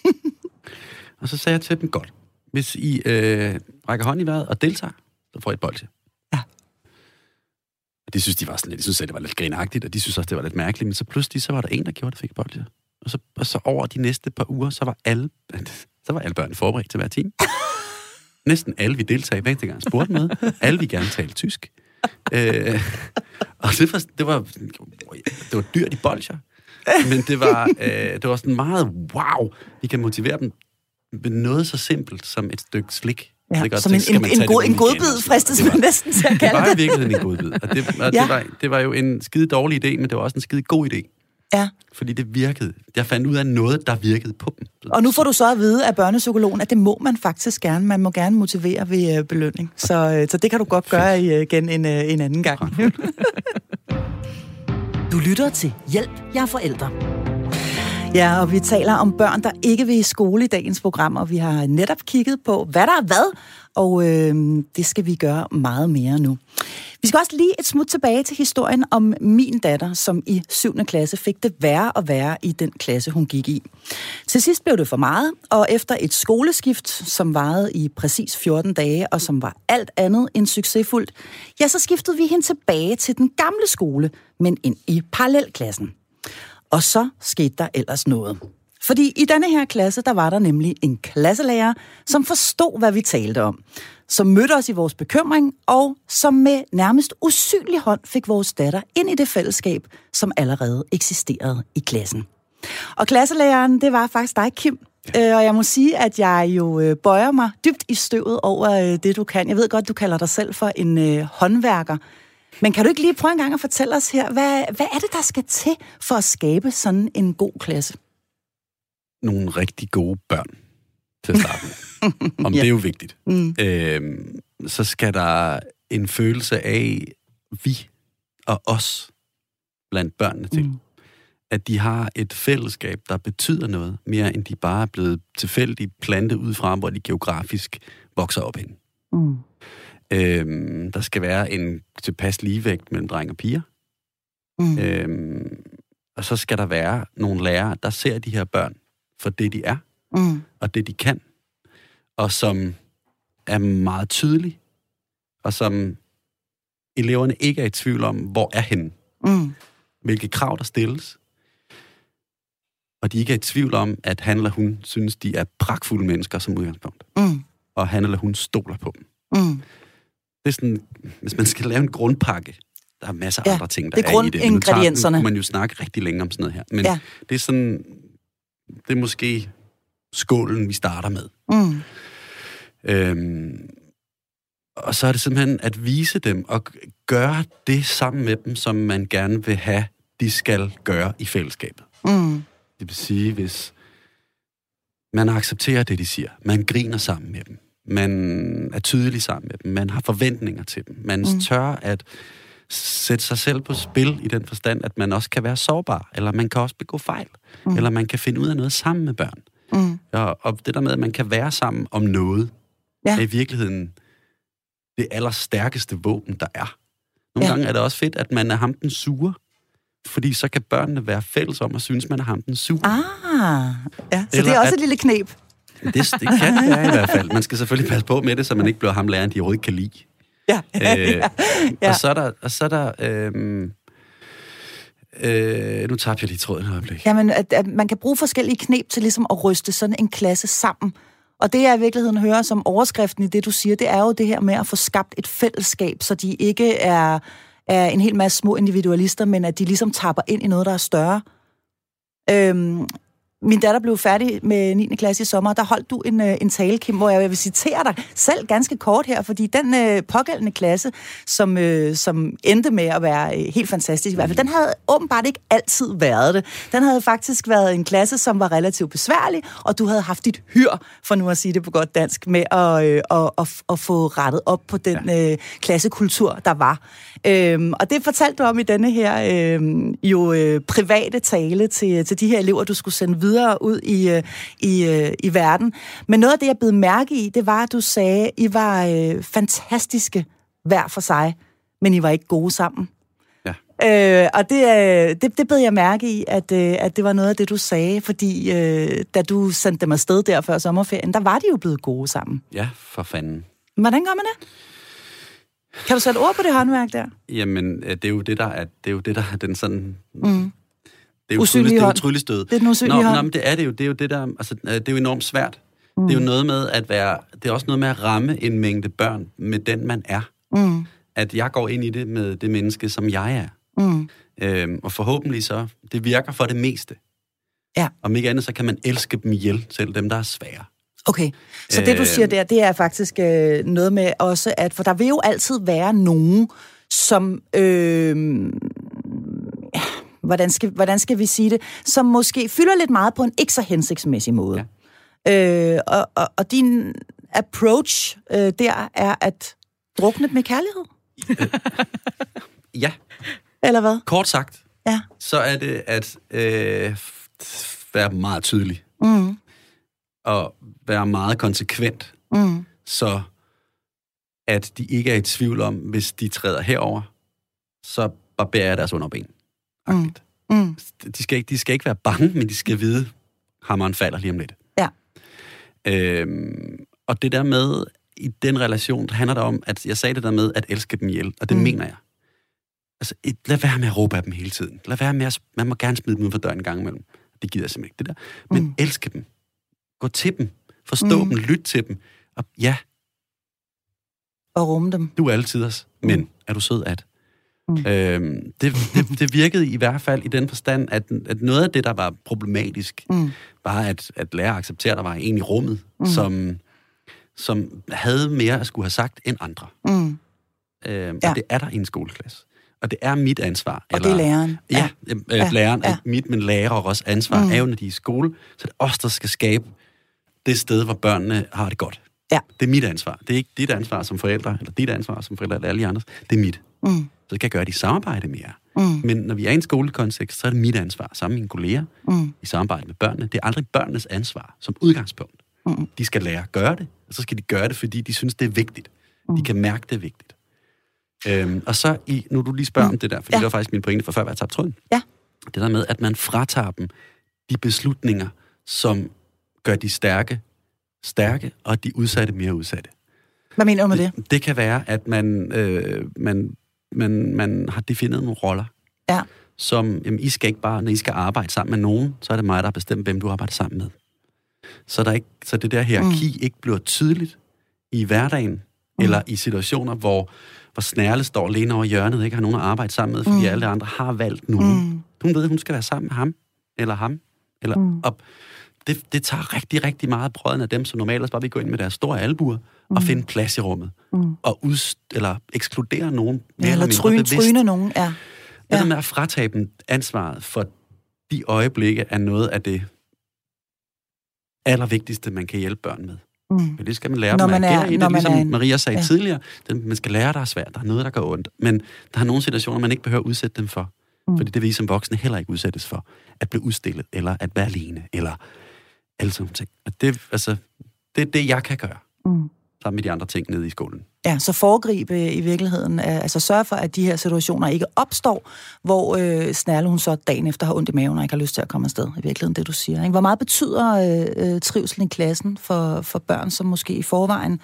Og så sagde jeg til dem, godt. Hvis I øh, rækker hånd i vejret og deltager, så får I et bolsje. Ja. Og de synes, de var sådan lidt, de synes, at det var lidt grinagtigt, og de synes også, det var lidt mærkeligt, men så pludselig, så var der en, der gjorde det, fik et bolsje. Og så, og så over de næste par uger, så var alle, så var alle børn forberedt til hver time. Næsten alle, vi deltagde, hver gang spurgte med. Alle, vi gerne tale tysk. øh, og det var, det var, det var dyrt i bolsjer. Men det var, øh, det var sådan meget, wow, vi kan motivere dem med noget så simpelt som et stykke slik. Ja, godt, som en, en, en, god, en godbid fristes man næsten til at kalde det. Det var i virkeligheden en godbid. Og, det, og ja. det, var, det var jo en skide dårlig idé, men det var også en skide god idé. Ja. Fordi det virkede. Jeg fandt ud af noget, der virkede på dem. Og nu får du så at vide af børnepsykologen, at det må man faktisk gerne. Man må gerne motivere ved øh, belønning. Så, øh, så det kan du godt gøre øh, igen en, øh, en anden gang. Du lytter til Hjælp, jeg er forældre. Ja, og vi taler om børn, der ikke vil i skole i dagens program, og vi har netop kigget på, hvad der er hvad, og øh, det skal vi gøre meget mere nu. Vi skal også lige et smut tilbage til historien om min datter, som i syvende klasse fik det værre og værre i den klasse, hun gik i. Til sidst blev det for meget, og efter et skoleskift, som varede i præcis fjorten dage, og som var alt andet end succesfuldt, ja, så skiftede vi hende tilbage til den gamle skole, men ind i parallelklassen. Og så skete der ellers noget. Fordi i denne her klasse, der var der nemlig en klasselærer, som forstod, hvad vi talte om. Som mødte os i vores bekymring, og som med nærmest usynlig hånd fik vores datter ind i det fællesskab, som allerede eksisterede i klassen. Og klasselæreren, det var faktisk dig, Kim. Ja. Og jeg må sige, at jeg jo bøjer mig dybt i støvet over det, du kan. Jeg ved godt, du kalder dig selv for en øh, håndværker. Men kan du ikke lige prøve en gang at fortælle os her, hvad, hvad er det, der skal til for at skabe sådan en god klasse? Nogle rigtig gode børn til at starte med. Om ja. Det er jo vigtigt. Mm. Øhm, så skal der en følelse af vi og os blandt børnene til. Mm. At de har et fællesskab, der betyder noget, mere end de bare er blevet tilfældigt plantet udefra, hvor de geografisk vokser op hen. Mm. Øhm, der skal være en tilpas ligevægt mellem dreng og piger. Mm. Øhm, og så skal der være nogle lærere, der ser de her børn for det, de er, mm. og det, de kan, og som er meget tydelige, og som eleverne ikke er i tvivl om, hvor er henne, mm. hvilke krav der stilles, og de ikke er i tvivl om, at han eller hun synes, de er pragtfulde mennesker som udgangspunkt, mm. og han eller hun stoler på dem. Mm. Det er sådan, hvis man skal lave en grundpakke, der er masser af ja, andre ting, der det er, er i det. Grundingredienserne. Nu kan man jo snakke rigtig længe om sådan noget her. Men ja. det er sådan, det er måske skålen, vi starter med. Mm. Øhm, og så er det simpelthen at vise dem og gøre det sammen med dem, som man gerne vil have, de skal gøre i fællesskabet. Mm. Det vil sige, hvis man accepterer det, de siger, man griner sammen med dem, man er tydelig sammen med dem, man har forventninger til dem, man mm. tør at sætte sig selv på spil i den forstand, at man også kan være sårbar, eller man kan også begå fejl, mm. eller man kan finde ud af noget sammen med børn. Mm. Og, og det der med, at man kan være sammen om noget, ja. er i virkeligheden det allerstærkeste våben, der er. Nogle ja. gange er det også fedt, at man er ham den sure, fordi så kan børnene være fælles om at synes, man er ham den sure. Ah, ja. Så eller det er også at, et lille knep. Det, det kan det være i hvert fald. Man skal selvfølgelig passe på med det, så man ikke bliver ham læreren, de overhovedet kan lide. Ja. Øh, ja. Og så er der... Og så er der øhm, øh, nu tabte jeg lige tråden et øjeblik. Jamen, at, at man kan bruge forskellige knep til ligesom at ryste sådan en klasse sammen. Og det, jeg i virkeligheden hører som overskriften i det, du siger, det er jo det her med at få skabt et fællesskab, så de ikke er, er en hel masse små individualister, men at de ligesom tapper ind i noget, der er større. Øhm, min datter blev færdig med niende klasse i sommer, der holdt du en, en tale, Kim, hvor jeg vil citere dig selv ganske kort her, fordi den øh, pågældende klasse, som, øh, som endte med at være øh, helt fantastisk i hvert fald, den havde åbenbart ikke altid været det. Den havde faktisk været en klasse, som var relativt besværlig, og du havde haft dit hyr, for nu at sige det på godt dansk, med at, øh, at, at, at få rettet op på den øh, klassekultur, der var. Øhm, og det fortalte du om i denne her øh, jo øh, private tale til, til de her elever, du skulle sende videre ud i, øh, i, øh, i verden. Men noget af det, jeg blev mærke i, det var, at du sagde, I var øh, fantastiske hver for sig, men I var ikke gode sammen. Ja. Øh, og det, øh, det, det bed jeg mærke i, at, øh, at det var noget af det, du sagde, fordi øh, da du sendte dem afsted der før sommerferien, der var de jo blevet gode sammen. Ja, for fanden. Hvordan gør man det? Kan du sætte ord på det håndværk der? Jamen, det er jo det, der er, det er, jo det, der er den sådan... Mm. Det er jo usynlige hånd. tryllestød. Det er den usynlige nå, hånd. Nå, men det er det jo. Det er jo det der... Altså, det er jo enormt svært. Mm. Det er jo noget med at være... Det er også noget med at ramme en mængde børn med den, man er. Mm. At jeg går ind i det med det menneske, som jeg er. Mm. Øhm, og forhåbentlig så... Det virker for det meste. Ja. Om ikke andet, så kan man elske dem ihjel, selv dem, der er svære. Okay, så det du siger der, det er faktisk øh, noget med også, at for der vil jo altid være nogen, som, øh, hvordan, skal, hvordan skal vi sige det, som måske fylder lidt meget på en ikke så hensigtsmæssig måde. Ja. Øh, og, og, og din approach øh, der er at drukne med kærlighed? Ja. Eller hvad? Kort sagt, ja. Så er det at øh, være meget tydelig. Mm. Og være meget konsekvent, mm. så at de ikke er i tvivl om, hvis de træder herover, så barberer jeg deres underben. Mm. Mm. De, skal ikke, de skal ikke være bange, men de skal vide, hammeren falder lige om lidt. Ja. Øhm, og det der med, i den relation, handler det om, at jeg sagde det der med, at elske dem ihjel, og det mm. mener jeg. Altså, et, lad være med at råbe af dem hele tiden. Lad være med at, man må gerne smide dem ud for døren en gang imellem. Det gider jeg simpelthen ikke, det der. Men mm. elske dem. Gå til dem. Forstå mm. dem. Lyt til dem. Og ja. Og rumme dem. Du er altid os. Men mm. er du sød at? Mm. Øhm, det, det, det virkede i hvert fald i den forstand, at, at noget af det, der var problematisk, mm. var at, at lære at acceptere, at der var en i rummet, mm. som, som havde mere at skulle have sagt end andre. Mm. Øhm, ja. Og det er der i en skoleklasse. Og det er mit ansvar. Og eller, det er læreren. Ja, ja. Øh, læreren ja. er mit, men lærerers ansvar mm. er jo, når de er i skole. Så det er os, der skal skabe det sted, hvor børnene har det godt. Ja. Det er mit ansvar. Det er ikke dit ansvar som forældre, eller dit ansvar som forældre, eller alle andres. Det er mit. Mm. Så skal jeg gøre det i samarbejde med jer. Mm. Men når vi er i en skolekontekst, så er det mit ansvar, sammen med mine kolleger, mm. i samarbejde med børnene. Det er aldrig børnenes ansvar, som udgangspunkt. Mm. De skal lære at gøre det, og så skal de gøre det, fordi de synes, det er vigtigt. Mm. De kan mærke, det er vigtigt. Øhm, og så, i, nu du lige spørger mm. om det der, fordi ja. det var faktisk min pointe for før, jeg tabte tråden. Ja. Det der med, at man fratager dem de beslutninger, som gør de stærke stærke, og de udsatte mere udsatte. Hvad mener du med det? Det, det kan være, at man, øh, man, man, man har defineret nogle roller, ja. som, jamen, I skal ikke bare, når I skal arbejde sammen med nogen, så er det mig, der har bestemt, hvem du arbejder sammen med. Så, der ikke, så det der hierarki mm. ikke bliver tydeligt i hverdagen, mm. eller i situationer, hvor, hvor Snærle står alene over hjørnet, og ikke har nogen at arbejde sammen med, fordi mm. alle andre har valgt nogen. Mm. Hun ved, hun skal være sammen med ham, eller ham, eller mm. op. det, det tager rigtig, rigtig meget brøden af dem, som normalt bare vil gå ind med deres store albuer mm. og finde plads i rummet. Mm. Og udst- eller ekskludere nogen. Ja, eller tryne, tryne nogen, ja. Det der med at fratage dem ansvaret for de øjeblikke er noget af det allervigtigste, man kan hjælpe børn med. Mm. Men det skal man lære når dem at agere i det, ligesom en... Maria sagde ja. tidligere. Det, man skal lære, der er svært. Der er noget, der går ondt. Men der er nogle situationer, man ikke behøver at udsætte dem for. Mm. Fordi det vil I som voksne heller ikke udsættes for. At blive udstillet, eller at være alene, eller alle sådan ting. Og det, altså, det er det, jeg kan gøre. Mm. Sammen med de andre ting nede i skolen. Ja, så foregribe i virkeligheden, altså sørge for, at de her situationer ikke opstår, hvor øh, Snærle hun så dagen efter har ondt i maven og ikke har lyst til at komme afsted. I virkeligheden, det du siger. Ikke? Hvor meget betyder øh, trivsel i klassen for, for børn, som måske i forvejen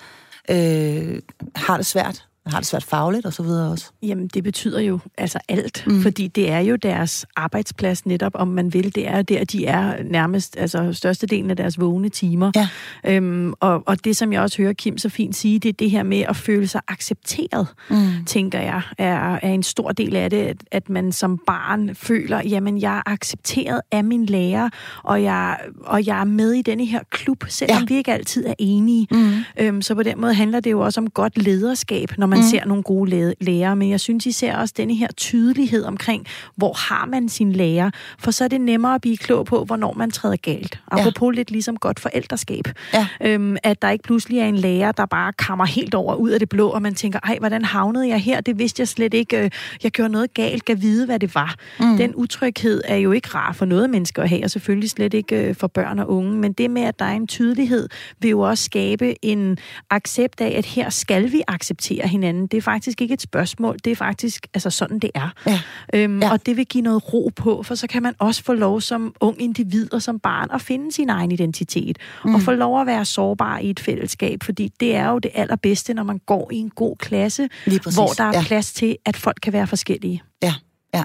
øh, har det svært? Har det svært fagligt og så videre også? Jamen, det betyder jo altså alt, mm. fordi det er jo deres arbejdsplads netop, om man vil. Det er jo der, de er nærmest, altså størstedelen af deres vågne timer. Ja. Øhm, og, og det, som jeg også hører Kim så fint sige, det er det her med at føle sig accepteret, mm. tænker jeg, er, er en stor del af det, at, at man som barn føler, jamen, jeg er accepteret af min lærer, og jeg, og jeg er med i denne her klub, selvom ja. vi ikke altid er enige. Mm. Øhm, så på den måde handler det jo også om godt lederskab, når man man mm. ser nogle gode lærere, men jeg synes især også denne her tydelighed omkring, hvor har man sin lærer, for så er det nemmere at blive klog på, hvornår man træder galt. Apropos ja. lidt ligesom godt forældreskab. Ja. Øhm, at der ikke pludselig er en lærer, der bare kammer helt over ud af det blå, og man tænker, ej, hvordan havnede jeg her? Det vidste jeg slet ikke. Jeg gjorde noget galt, kan vide, hvad det var. Mm. Den utryghed er jo ikke rar for noget mennesker at have, og selvfølgelig slet ikke for børn og unge, men det med, at der er en tydelighed, vil jo også skabe en accept af, at her skal vi acceptere hinanden. Det er faktisk ikke et spørgsmål, det er faktisk altså sådan, det er. Ja. Øhm, ja. Og det vil give noget ro på, for så kan man også få lov som ung individ og som barn at finde sin egen identitet, mm. og få lov at være sårbar i et fællesskab, fordi det er jo det allerbedste, når man går i en god klasse, hvor der er ja. plads til, at folk kan være forskellige. Ja, ja.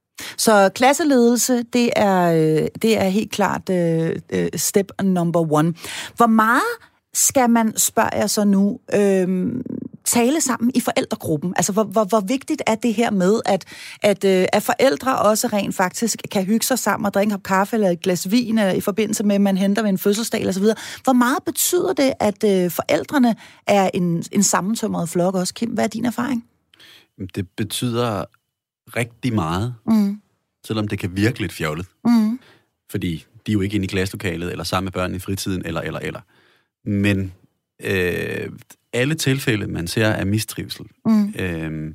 Så klasseledelse, det er, det er helt klart uh, step number one. Hvor meget skal man, spørger jeg så nu, øh, tale sammen i forældregruppen? Altså, hvor, hvor, hvor vigtigt er det her med, at, at, øh, at forældre også rent faktisk kan hygge sig sammen og drikke en kop kaffe eller et glas vin eller i forbindelse med, at man henter ved en fødselsdag eller så videre. Hvor meget betyder det, at øh, forældrene er en, en sammentømret flok også? Kim, hvad er din erfaring? Det betyder rigtig meget, mm. selvom det kan virke lidt fjollet. Mm. Fordi de er jo ikke inde i klasselokalet eller sammen med børn i fritiden eller, eller, eller. Men øh, alle tilfælde, man ser af mistrivsel, mm. øh,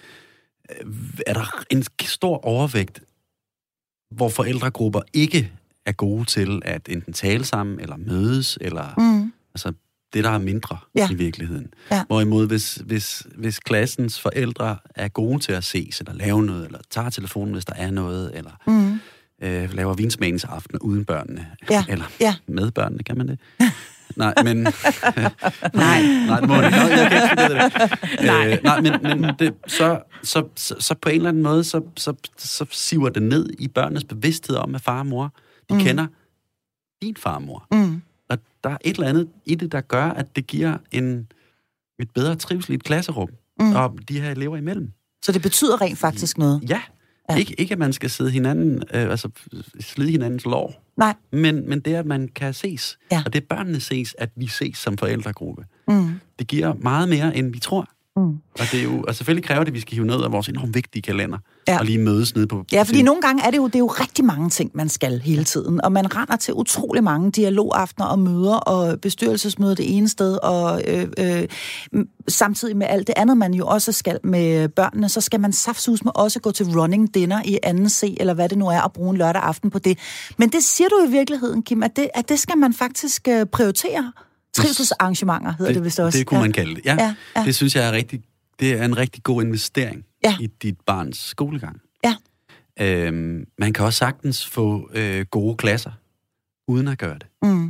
er der en stor overvægt, hvor forældregrupper ikke er gode til at enten tale sammen, eller mødes, eller mm. altså det, der er mindre ja. i virkeligheden. Ja. Hvorimod, hvis, hvis, hvis klassens forældre er gode til at ses, eller lave noget, eller tager telefonen, hvis der er noget, eller mm. øh, laver vinsmagsaftener uden børnene, ja. eller ja. med børnene, kan man det? Nej, men... nej. Nej, det må jeg, jeg kan ikke finde det. nej. Øh, nej, men, men det, så, så, så, så på en eller anden måde, så, så, så siver det ned i børnenes bevidsthed om, at far og mor, de mm. kender din far og mor. Mm. Og der er et eller andet i det, der gør, at det giver en, et bedre trivsel i et klasserum, mm. og de her elever imellem. Så det betyder rent faktisk noget? Ja. Ja. Ikke, ikke at man skal sidde hinanden, øh, altså slide hinandens lår. Nej. Men, men det er, at man kan ses. Ja. Og det er børnene ses, at vi ses som forældregruppe. Mm. Det giver meget mere, end vi tror. Mm. Og det er jo, og selvfølgelig kræver det, at vi skal hive ned af vores enormt vigtige kalender. Ja. Og lige mødes nede på... Ja, fordi nogle gange er det jo, det er jo rigtig mange ting, man skal hele tiden. Og man render til utrolig mange dialogaftener og møder og bestyrelsesmøder det ene sted. Og øh, øh, samtidig med alt det andet, man jo også skal med børnene, så skal man saftsus med også gå til running dinner i anden C, eller hvad det nu er, og bruge en lørdag aften på det. Men det siger du i virkeligheden, Kim, at det, at det skal man faktisk prioritere. Trivselsarrangementer hedder det, det vist også. Det kunne ja. man kalde det. Ja, ja, ja. Det synes jeg er rigtig, det er en rigtig god investering ja. i dit barns skolegang. Ja. Øhm, man kan også sagtens få øh, gode klasser, uden at gøre det. Mm.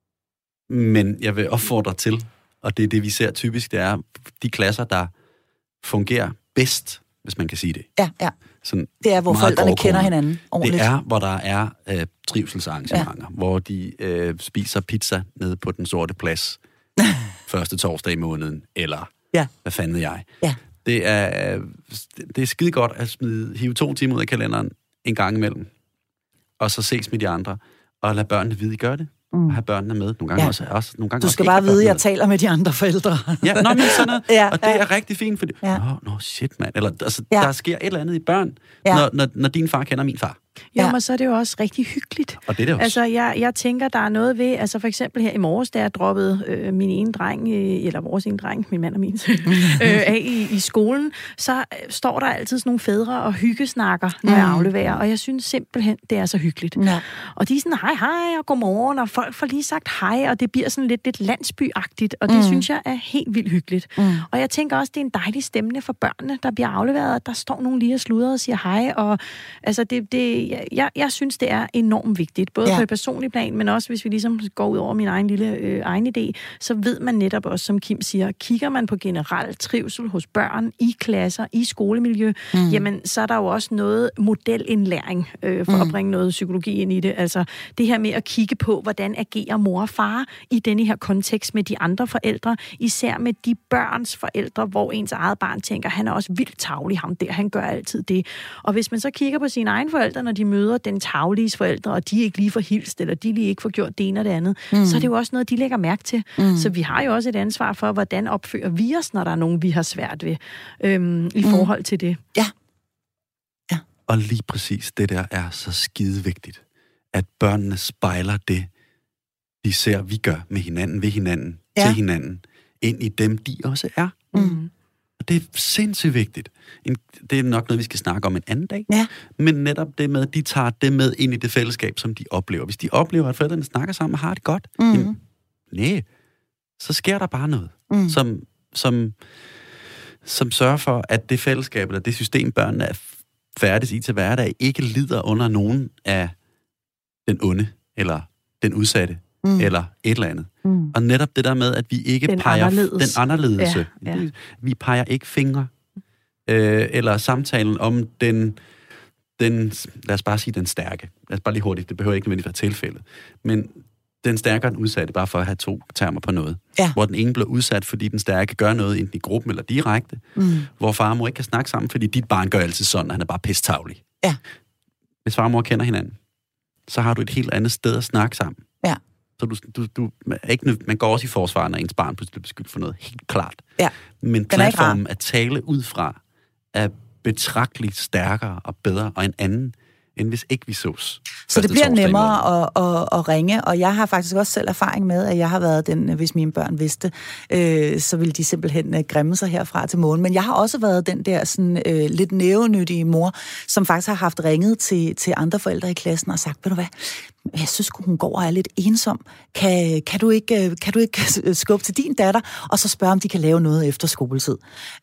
Men jeg vil opfordre til, og det er det, vi ser typisk, det er de klasser, der fungerer bedst, hvis man kan sige det. Ja, ja. Sådan det er, hvor forældrene kender hinanden ordentligt. Det er, hvor der er øh, trivselsarrangementer, ja. hvor de øh, spiser pizza nede på Den Sorte Plads første torsdag i måneden, eller ja. hvad fanden ved jeg. Ja. Det er, det er skide godt at smide, hive to timer ud af kalenderen en gang imellem, og så ses med de andre, og lade børnene vide, I gør det. mm. at have børnene med. Nogle gange ja. også, også nogle gange Du skal også bare vide, at jeg taler med de andre forældre. Ja, nå, men sådan noget. ja, og det ja. er rigtig fint, fordi, ja. nå, nå, shit, mand. Eller, altså, ja. der sker et eller andet i børn, ja. når, når, når din far kender min far. Jo, ja. men så er det jo også rigtig hyggeligt. Og det er det også. Altså, jeg, jeg tænker, der er noget ved, altså for eksempel her i morges, da jeg droppede øh, min ene dreng, øh, eller vores ene dreng, min mand og min, øh, af i, i skolen, så øh, står der altid sådan nogle fædre og hyggesnakker, når mm. jeg afleverer, og jeg synes simpelthen, det er så hyggeligt. Ja. Og de er sådan, hej, hej, og godmorgen, og folk får lige sagt hej, og det bliver sådan lidt, lidt landsbyagtigt, og det mm. synes jeg er helt vildt hyggeligt. Mm. Og jeg tænker også, det er en dejlig stemning for børnene, der bliver afleveret, og der står nogen lige og sludrer og siger hej, og altså, det, det, jeg, jeg synes, det er enormt vigtigt, både ja. på et personligt plan, men også hvis vi ligesom går ud over min egen lille øh, egen idé, så ved man netop også, som Kim siger, kigger man på generel trivsel hos børn, i klasser, i skolemiljø, mm. jamen, så er der jo også noget modelindlæring, øh, for mm. at bringe noget psykologi ind i det. Altså, det her med at kigge på, hvordan agerer mor og far i denne her kontekst med de andre forældre, især med de børns forældre, hvor ens eget barn tænker, han er også vildt tavlig, ham der, han gør altid det. Og hvis man så kigger på sine egne forældre, når de møder den tavlige forældre, og de ikke lige får hilst, eller de lige ikke får gjort det ene og det andet, mm. så er det jo også noget, de lægger mærke til. Mm. Så vi har jo også et ansvar for, hvordan opfører vi os, når der er nogen, vi har svært ved, øhm, i mm. forhold til det. Ja. ja. Og lige præcis det der er så skide vigtigt, at børnene spejler det, de ser, vi gør med hinanden, ved hinanden, ja. til hinanden, ind i dem, de også er. Mm. Og det er sindssygt vigtigt. Det er nok noget, vi skal snakke om en anden dag. Ja. Men netop det med, at de tager det med ind i det fællesskab, som de oplever. Hvis de oplever, at forældrene snakker sammen og har det godt, mm. jamen, nej, så sker der bare noget, mm. som, som, som sørger for, at det fællesskab, eller det system, børnene er færdes i til hverdag, ikke lider under nogen af den onde, eller den udsatte, mm. eller et eller andet. Mm. Og netop det der med, at vi ikke den peger anderledes. den anderledelse. Ja, ja. Vi peger ikke fingre. Øh, eller samtalen om den, den, lad os bare sige den stærke. Lad os bare lige hurtigt, det behøver ikke nødvendigvis være tilfældet. Men den stærke og den udsatte, bare for at have to termer på noget. Ja. Hvor den ene bliver udsat, fordi den stærke gør noget, enten i gruppen eller direkte. Mm. Hvor far og mor ikke kan snakke sammen, fordi dit barn gør altid sådan, og han er bare pisstavlig. Ja. Hvis far og mor kender hinanden, så har du et helt andet sted at snakke sammen. Ja. Så du, du, du, ikke, man går også i forsvar, når ens barn pludselig bliver beskyldt for noget, helt klart. Ja. Men platformen at tale ud fra er betragteligt stærkere og bedre og en anden, end hvis ikke vi sås. Så det bliver nemmere at, at, at ringe, og jeg har faktisk også selv erfaring med, at jeg har været den, hvis mine børn vidste, øh, så ville de simpelthen øh, grimme sig herfra til morgen. Men jeg har også været den der sådan, øh, lidt nævenyttige mor, som faktisk har haft ringet til, til andre forældre i klassen og sagt, ved du hvad, jeg synes, hun går og er lidt ensom. Kan, kan, du ikke, kan du ikke skubbe til din datter, og så spørge, om de kan lave noget efter skoletid?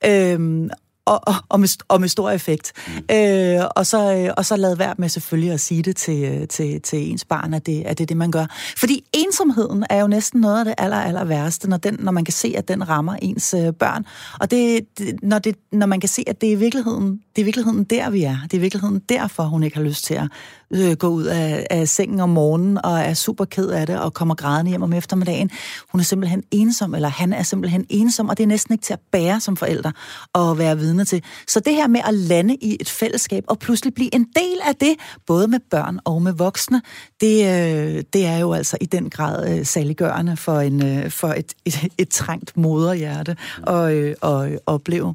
Øh, Og, og, og, med, og med stor effekt. Mm. Øh, og, så, og så lad være med selvfølgelig at sige det til, til, til ens barn, at det, at det er det, man gør. Fordi ensomheden er jo næsten noget af det aller, aller værste, når, den, når man kan se, at den rammer ens øh, børn. Og det, det, når, det, når man kan se, at det er i virkeligheden, det er i virkeligheden der, vi er. Det er i virkeligheden derfor, hun ikke har lyst til at øh, gå ud af, af sengen om morgenen og er super ked af det og kommer grædende hjem om eftermiddagen. Hun er simpelthen ensom, eller han er simpelthen ensom, og det er næsten ikke til at bære som forælder at være vidne til. Så det her med at lande i et fællesskab og pludselig blive en del af det, både med børn og med voksne, det, øh, det er jo altså i den grad øh, saliggørende for, en, øh, for et, et, et trængt moderhjerte at øh, og, øh, opleve.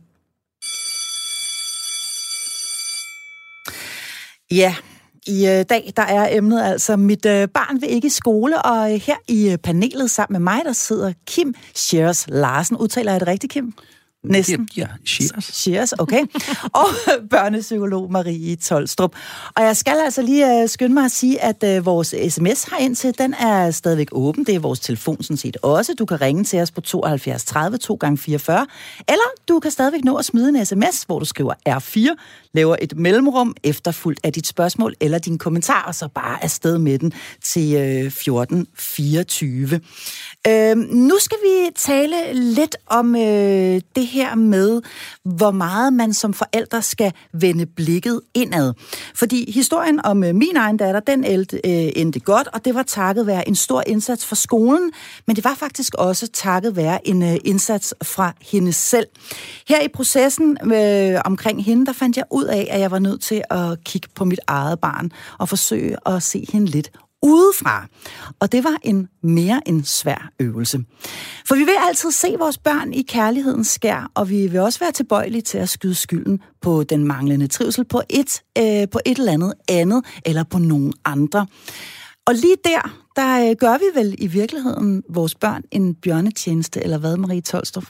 Ja, i øh, dag der er emnet altså, mit øh, barn vil ikke i skole, og øh, her i øh, panelet sammen med mig, der sidder Kim Scheers Larsen. Udtaler jeg det rigtigt, Kim? Næsten. Ja, Scheers. Scheers, okay. Og børnepsykolog Marie Tolstrup. Og jeg skal altså lige uh, skynde mig at sige, at uh, vores sms herindtil, den er stadigvæk åben. Det er vores telefon sådan set også. Du kan ringe til os på tooghalvfjerds tredive to gange fireogfyrre. Eller du kan stadigvæk nå at smide en sms, hvor du skriver R fire, laver et mellemrum efterfulgt af dit spørgsmål eller din kommentar, og så bare afsted med den til uh, fjorten fireogtyve. Uh, nu skal vi tale lidt om uh, det her med, hvor meget man som forældre skal vende blikket indad. Fordi historien om uh, min egen datter, den endte, uh, endte godt, og det var takket være en stor indsats fra skolen, men det var faktisk også takket være en uh, indsats fra hende selv. Her i processen uh, omkring hende, der fandt jeg ud af, at jeg var nødt til at kigge på mit eget barn og forsøge at se hende lidt udefra. Og det var en mere end svær øvelse. For vi vil altid se vores børn i kærlighedens skær, og vi vil også være tilbøjelige til at skyde skylden på den manglende trivsel på et, øh, på et eller andet andet, eller på nogen andre. Og lige der, der øh, gør vi vel i virkeligheden vores børn en bjørnetjeneste, eller hvad, Marie Tolstrup?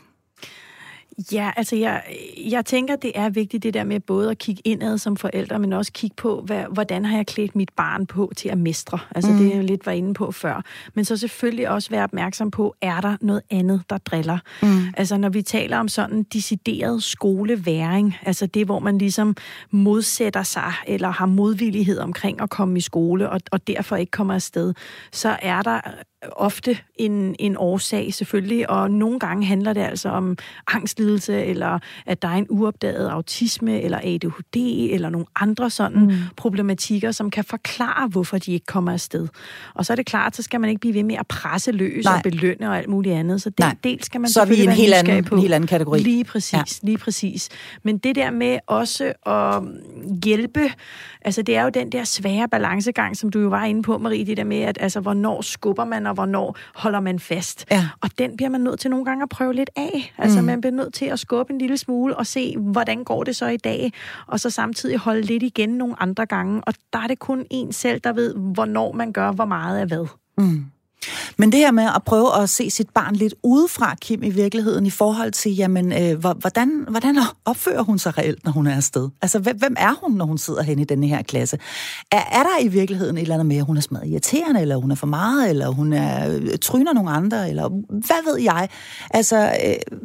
Ja, altså jeg, jeg tænker, det er vigtigt det der med både at kigge indad som forældre, men også kigge på, hvad, hvordan har jeg klædt mit barn på til at mestre. Altså mm. det jeg lidt var inde på før. Men så selvfølgelig også være opmærksom på, er der noget andet, der driller. Mm. Altså når vi taler om sådan decideret skoleværing, altså det, hvor man ligesom modsætter sig, eller har modvillighed omkring at komme i skole, og, og derfor ikke kommer afsted, så er der ofte en, en årsag selvfølgelig, og nogle gange handler det altså om angstlidelse, eller at der er en uopdaget autisme, eller A D H D, eller nogle andre sådan mm. problematikker, som kan forklare, hvorfor de ikke kommer afsted. Og så er det klart, så skal man ikke blive ved med at presse løs Nej. og belønne og alt muligt andet. Så den Nej. del skal man så selvfølgelig være nysgerrig på. Så er vi en helt anden, en helt anden kategori. Lige præcis, ja. lige præcis. Men det der med også at hjælpe, altså det er jo den der svære balancegang, som du jo var inde på, Marie, det der med, at altså, hvornår skubber man, og hvornår holder man fast. Ja. Og den bliver man nødt til nogle gange at prøve lidt af. Altså mm. man bliver nødt til at skubbe en lille smule og se, hvordan går det så i dag, og så samtidig holde lidt igen nogle andre gange. Og der er det kun en selv, der ved, hvornår man gør, hvor meget af hvad. Mm. Men det her med at prøve at se sit barn lidt udefra, Kim, i virkeligheden, i forhold til, jamen, øh, hvordan, hvordan opfører hun sig reelt, når hun er afsted? Altså, hvem er hun, når hun sidder hen i denne her klasse? Er, er der i virkeligheden et eller andet med, at hun er smadret irriterende, eller hun er for meget, eller hun er øh, tryner nogle andre, eller hvad ved jeg? Altså, øh,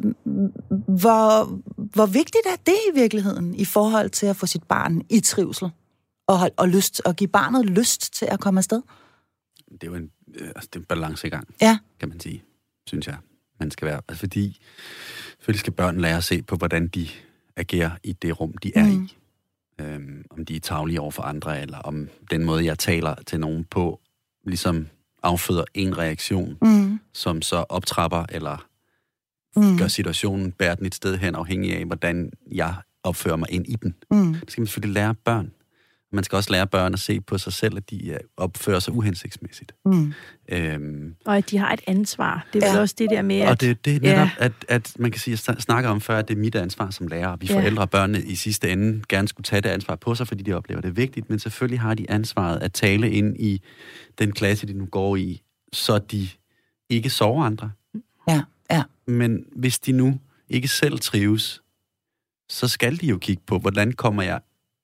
hvor, hvor vigtigt er det i virkeligheden, i forhold til at få sit barn i trivsel, og, og, lyst, og give barnet lyst til at komme afsted? Det er jo en Altså, det er en balancegang, ja. kan man sige, synes jeg, man skal være. Altså, fordi selvfølgelig skal børn lære at se på, hvordan de agerer i det rum, de er mm. i. Øhm, om de er tarvelige over for andre, eller om den måde, jeg taler til nogen på, ligesom afføder en reaktion, mm. som så optrapper, eller mm. gør situationen, bærer den et sted hen, afhængig af, hvordan jeg opfører mig ind i den. Mm. Det skal man selvfølgelig lære børn. Man skal også lære børn at se på sig selv, at de opfører sig uhensigtsmæssigt. Mm. Øhm, og at de har et ansvar. Det er ja. vel også det der med, at... Og det, det er netop, ja. at, at man kan sige, at jeg snakker om før, at det er mit ansvar som lærer. Vi ja. forældre og børnene i sidste ende gerne skulle tage det ansvar på sig, fordi de oplever det vigtigt, men selvfølgelig har de ansvaret at tale ind i den klasse, de nu går i, så de ikke sover andre. Ja, ja. Men hvis de nu ikke selv trives, så skal de jo kigge på, hvordan kommer jeg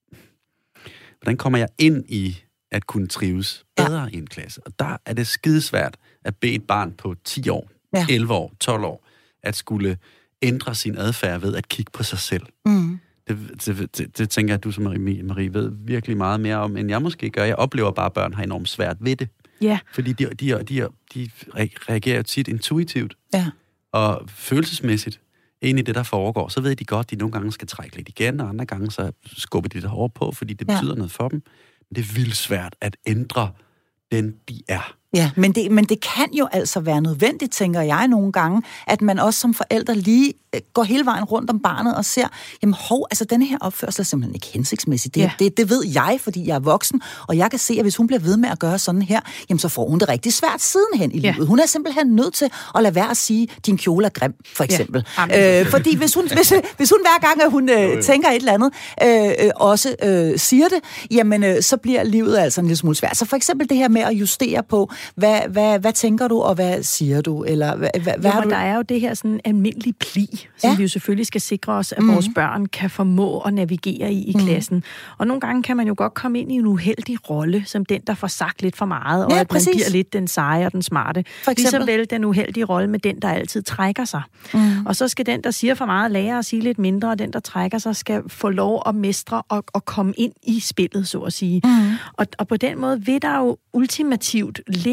Hvordan kommer jeg ind i at kunne trives bedre ja. i en klasse? Og der er det skidesvært at bede et barn på ti år, ja. elleve år, tolv år, at skulle ændre sin adfærd ved at kigge på sig selv. Mm. Det, det, det, det tænker jeg, at du som Marie, Marie ved virkelig meget mere om, end jeg måske gør. Jeg oplever bare, at børn har enormt svært ved det. Ja. Fordi de, de, de, de reagerer jo tit intuitivt ja. og følelsesmæssigt ind i det, der foregår. Så ved de godt, at de nogle gange skal trække lidt igen, og andre gange så skubber de det hårdt på, fordi det betyder ja. noget for dem. Men det er vildt svært at ændre den, de er. Ja, men det, men det kan jo altså være nødvendigt, tænker jeg nogle gange, at man også som forældre lige går hele vejen rundt om barnet og ser, jamen hov, altså denne her opførsel er simpelthen ikke hensigtsmæssig. Det, ja. det, det ved jeg, fordi jeg er voksen, og jeg kan se, at hvis hun bliver ved med at gøre sådan her, jamen så får hun det rigtig svært sidenhen i livet. Ja. Hun er simpelthen nødt til at lade være at sige, din kjole er grim, for eksempel. Ja. Øh, fordi hvis hun, hvis, hvis hun hver gang, at hun øh, tænker et eller andet, øh, øh, også øh, siger det, jamen øh, så bliver livet altså en lille smule svært. Så for eksempel det her med at justere på, Hvad, hvad, hvad tænker du, og hvad siger du? Eller, hvad, hvad ja, har du? Der er jo det her sådan almindelig pli, som ja. vi jo selvfølgelig skal sikre os, at mm. vores børn kan formå at navigere i i mm. klassen. Og nogle gange kan man jo godt komme ind i en uheldig rolle, som den, der får sagt lidt for meget, og ja, at man bliver lidt den seje og den smarte. Ligesom vel den uheldige rolle med den, der altid trækker sig. Mm. Og så skal den, der siger for meget, lære at sige lidt mindre, og den, der trækker sig, skal få lov at mestre og, og komme ind i spillet, så at sige. Mm. Og, og på den måde vil der jo ultimativt ligge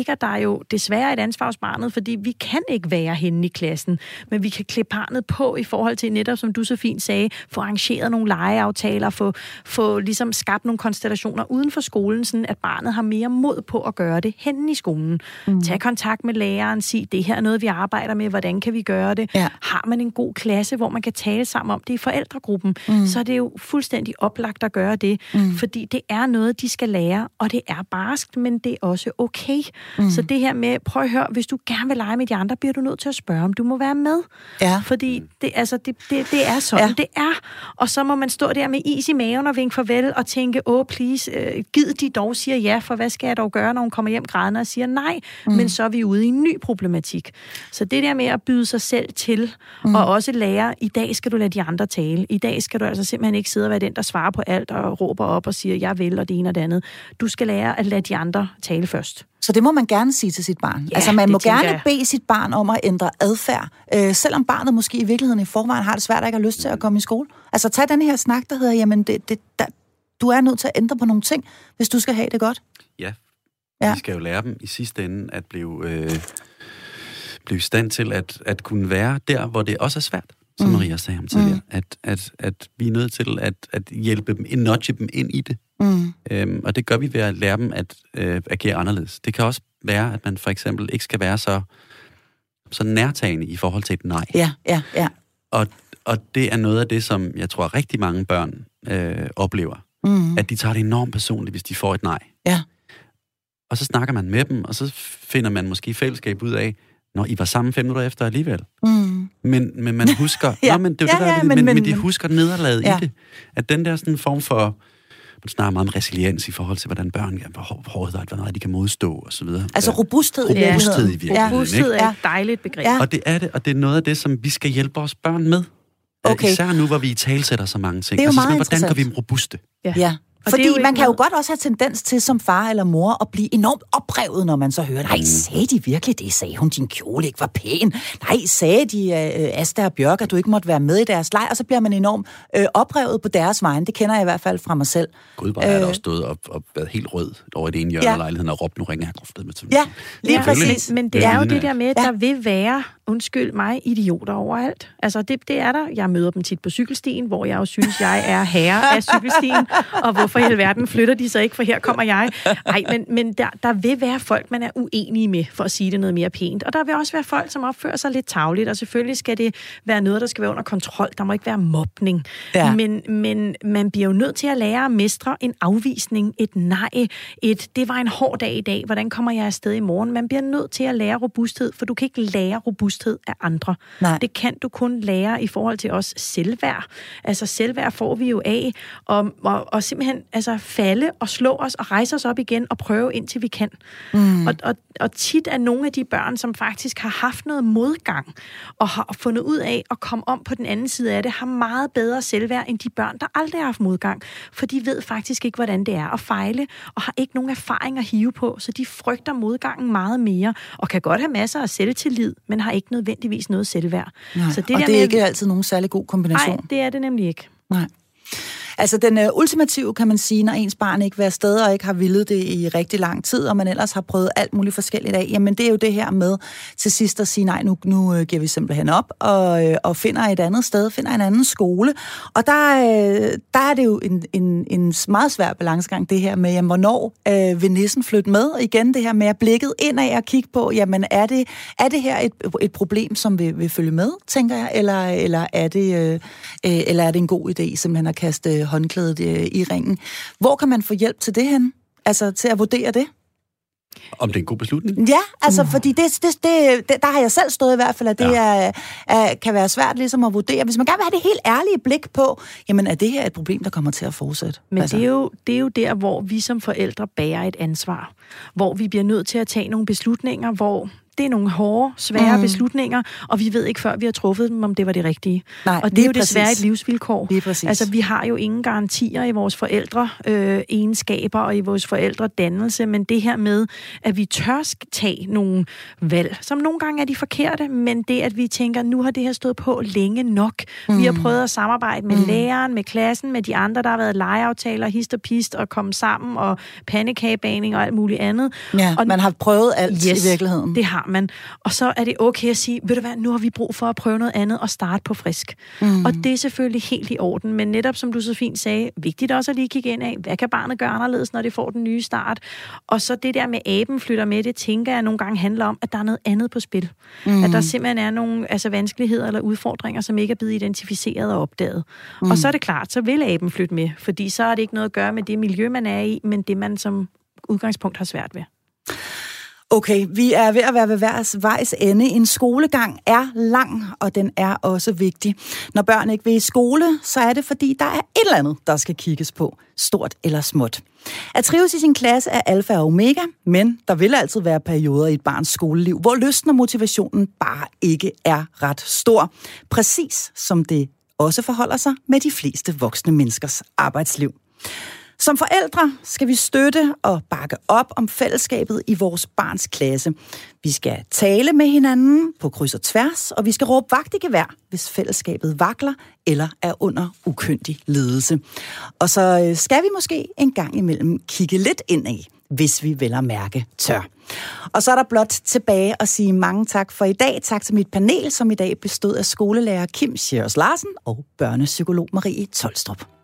ligger der jo desværre et ansvar hos barnet, fordi vi kan ikke være henne i klassen, men vi kan klæde barnet på i forhold til netop, som du så fint sagde, få arrangeret nogle legeaftaler, få, få ligesom skabt nogle konstellationer uden for skolen, sådan at barnet har mere mod på at gøre det henne i skolen. Mm. Tag kontakt med læreren, sig, det her er noget, vi arbejder med, hvordan kan vi gøre det? Ja. Har man en god klasse, hvor man kan tale sammen om det i forældregruppen, mm. så er det jo fuldstændig oplagt at gøre det, mm. fordi det er noget, de skal lære, og det er barskt, men det er også okay. Mm. Så det her med, prøv at høre, hvis du gerne vil lege med de andre, bliver du nødt til at spørge, om du må være med. Ja. Fordi det, altså, det, det, det er sådan, ja. det er. Og så må man stå der med is i maven og vinke farvel og tænke, åh, oh, please, øh, gid de dog siger ja, for hvad skal jeg dog gøre, når hun kommer hjem grædende og siger nej, mm. men så er vi ude i en ny problematik. Så det der med at byde sig selv til, mm. og også lære, i dag skal du lade de andre tale. I dag skal du altså simpelthen ikke sidde og være den, der svarer på alt og råber op og siger, jeg vil, og det ene og det andet. Du skal lære at lade de andre tale først. Så det må man gerne sige til sit barn. Ja, altså man må gerne jeg. bede sit barn om at ændre adfærd, øh, selvom barnet måske i virkeligheden i forvejen har det svært at ikke har lyst til at komme i skole. Altså tag den her snak, der hedder, jamen det, det, der, du er nødt til at ændre på nogle ting, hvis du skal have det godt. Ja, ja. Vi skal jo lære dem i sidste ende at blive, øh, blive i stand til at, at kunne være der, hvor det også er svært, som mm. Maria sagde om tidligere. Mm. At, at, at vi er nødt til at, at hjælpe dem, nudge dem ind i det. Mm. Øhm, og det gør vi ved at lære dem at øh, agere anderledes. Det kan også være, at man for eksempel ikke skal være så, så nærtagende i forhold til et nej. Ja, ja, ja. Og, og det er noget af det, som jeg tror rigtig mange børn øh, oplever. Mm. At de tager det enormt personligt, hvis de får et nej. Ja. Og så snakker man med dem, og så finder man måske fællesskab ud af, når I var sammen fem minutter efter alligevel. Mm. Men, men man husker... ja. Nå, men det er ja, det, der, ja, men, men, men, men de husker nederlaget ja. i det. At den der sådan form for... Man snakker meget om resiliens i forhold til, hvordan børn kan, hvor hårdt er, hvordan de kan modstå, og så videre. Altså robusthed i virkeligheden. Robusthed i virkeligheden. Robusthed er et dejligt begreb. Ja. Og det er det, og det er noget af det, som vi skal hjælpe vores børn med. Okay. Især nu, hvor vi i talsætter så mange ting. Det er jo altså, meget hvordan gør vi dem robuste? Ja. ja. Fordi man kan noget... jo godt også have tendens til som far eller mor at blive enormt oprevet, når man så hører, nej, sagde de virkelig det? Sagde hun, din kjole ikke var pæn? Nej, sagde de, uh, Asta og Bjørk, at du ikke måtte være med i deres leg? Og så bliver man enormt uh, oprevet på deres vegne. Det kender jeg i hvert fald fra mig selv. Gud, bare uh, er der også stået og, og været helt rød over det ene hjørne ja. af lejligheden og råbt, nu ringer jeg groftet med til. Ja, lige ja, præcis. Men, men det er jo det der med, at ja. der vil være, undskyld mig, idioter overalt. Altså, det, det er der. Jeg møder dem tit på cykelstien, hvor jeg jo synes, jeg er herre af cykelstien, og hvorfor i alverden flytter de så ikke, for her kommer jeg. Nej, men, men der, der vil være folk, man er uenige med, for at sige det noget mere pænt. Og der vil også være folk, som opfører sig lidt tarveligt, og selvfølgelig skal det være noget, der skal være under kontrol. Der må ikke være mobning. Ja. Men, men man bliver jo nødt til at lære at mestre en afvisning, et nej, et det var en hård dag i dag, hvordan kommer jeg afsted i morgen? Man bliver nødt til at lære robusthed, for du kan ikke lære robusthed af andre. Nej. Det kan du kun lære i forhold til os selvværd. Altså selvværd får vi jo af, og, og, og simpelthen altså falde og slå os og rejse os op igen og prøve indtil vi kan. Mm. Og, og, og tit er nogle af de børn, som faktisk har haft noget modgang og har fundet ud af at komme om på den anden side af det, har meget bedre selvværd end de børn, der aldrig har haft modgang. For de ved faktisk ikke, hvordan det er at fejle og har ikke nogen erfaring at hive på, så de frygter modgangen meget mere og kan godt have masser af selvtillid, men har ikke nødvendigvis noget selvværd. Nej. Så det og der det er med, ikke altid nogen særlig god kombination. Nej, det er det nemlig ikke. Nej. Altså den uh, ultimative, kan man sige, når ens barn ikke vil afsted og ikke har villet det i rigtig lang tid, og man ellers har prøvet alt muligt forskelligt af, jamen det er jo det her med til sidst at sige, nej, nu, nu uh, giver vi simpelthen op og, uh, og finder et andet sted, finder en anden skole. Og der, uh, der er det jo en, en, en meget svær balancegang, det her med, jamen, hvornår uh, vil nissen flytte med? Og igen det her med at blikket indad og kigge på, jamen er det, er det her et, et problem, som vil, vil følge med, tænker jeg, eller, eller, er det, uh, eller er det en god idé simpelthen at kaste håndklædet i ringen. Hvor kan man få hjælp til det hen? Altså til at vurdere det? Om det er en god beslutning? Ja, altså, uh. fordi det, det, det, det, der har jeg selv stået i hvert fald, at det ja. er, er, kan være svært ligesom at vurdere. Hvis man gerne vil have det helt ærlige blik på, jamen er det her et problem, der kommer til at fortsætte? Men altså. det, er jo, det er jo der, hvor vi som forældre bærer et ansvar. Hvor vi bliver nødt til at tage nogle beslutninger, hvor det er nogle hårde, svære Mm. beslutninger, og vi ved ikke før, vi har truffet dem, om det var det rigtige. Nej, og det er jo præcis. desværre et livsvilkår. Lige præcis. Altså, vi har jo ingen garantier i vores forældre øh, egenskaber og i vores forældredannelse, men det her med, at vi tør tage nogle valg, som nogle gange er de forkerte, men det, at vi tænker, nu har det her stået på længe nok. Mm. Vi har prøvet at samarbejde med mm. læreren, med klassen, med de andre, der har været legeaftaler, hist og pist, og komme sammen, og pandekagebaning og alt muligt andet. Ja, og man har prøvet alt yes, i virkeligheden. Det har man. Og så er det okay at sige, ved du hvad, nu har vi brug for at prøve noget andet og starte på frisk. Mm. Og det er selvfølgelig helt i orden, men netop som du så fint sagde, vigtigt også at lige kigge ind af, hvad kan barnet gøre anderledes, når det får den nye start? Og så det der med aben flytter med, det tænker jeg nogle gange handler om, at der er noget andet på spil. Mm. At der simpelthen er nogle altså, vanskeligheder eller udfordringer, som ikke er blevet identificeret og opdaget. Mm. Og så er det klart, så vil aben flytte med, fordi så er det ikke noget at gøre med det miljø, man er i, men det man som udgangspunkt har svært ved. Okay, vi er ved at være ved hver vejs ende. En skolegang er lang, og den er også vigtig. Når børn ikke vil i skole, så er det, fordi der er et eller andet, der skal kigges på, stort eller småt. At trives i sin klasse er alfa og omega, men der vil altid være perioder i et barns skoleliv, hvor lysten og motivationen bare ikke er ret stor. Præcis som det også forholder sig med de fleste voksne menneskers arbejdsliv. Som forældre skal vi støtte og bakke op om fællesskabet i vores barns klasse. Vi skal tale med hinanden på kryds og tværs, og vi skal råbe vagt i gevær, hvis fællesskabet vakler eller er under ukyndig ledelse. Og så skal vi måske en gang imellem kigge lidt indad, hvis vi vel at mærke tør. Og så er der blot tilbage at sige mange tak for i dag. Tak til mit panel, som i dag bestod af skolelærer Kim Schers Larsen og børnepsykolog Marie Tolstrup.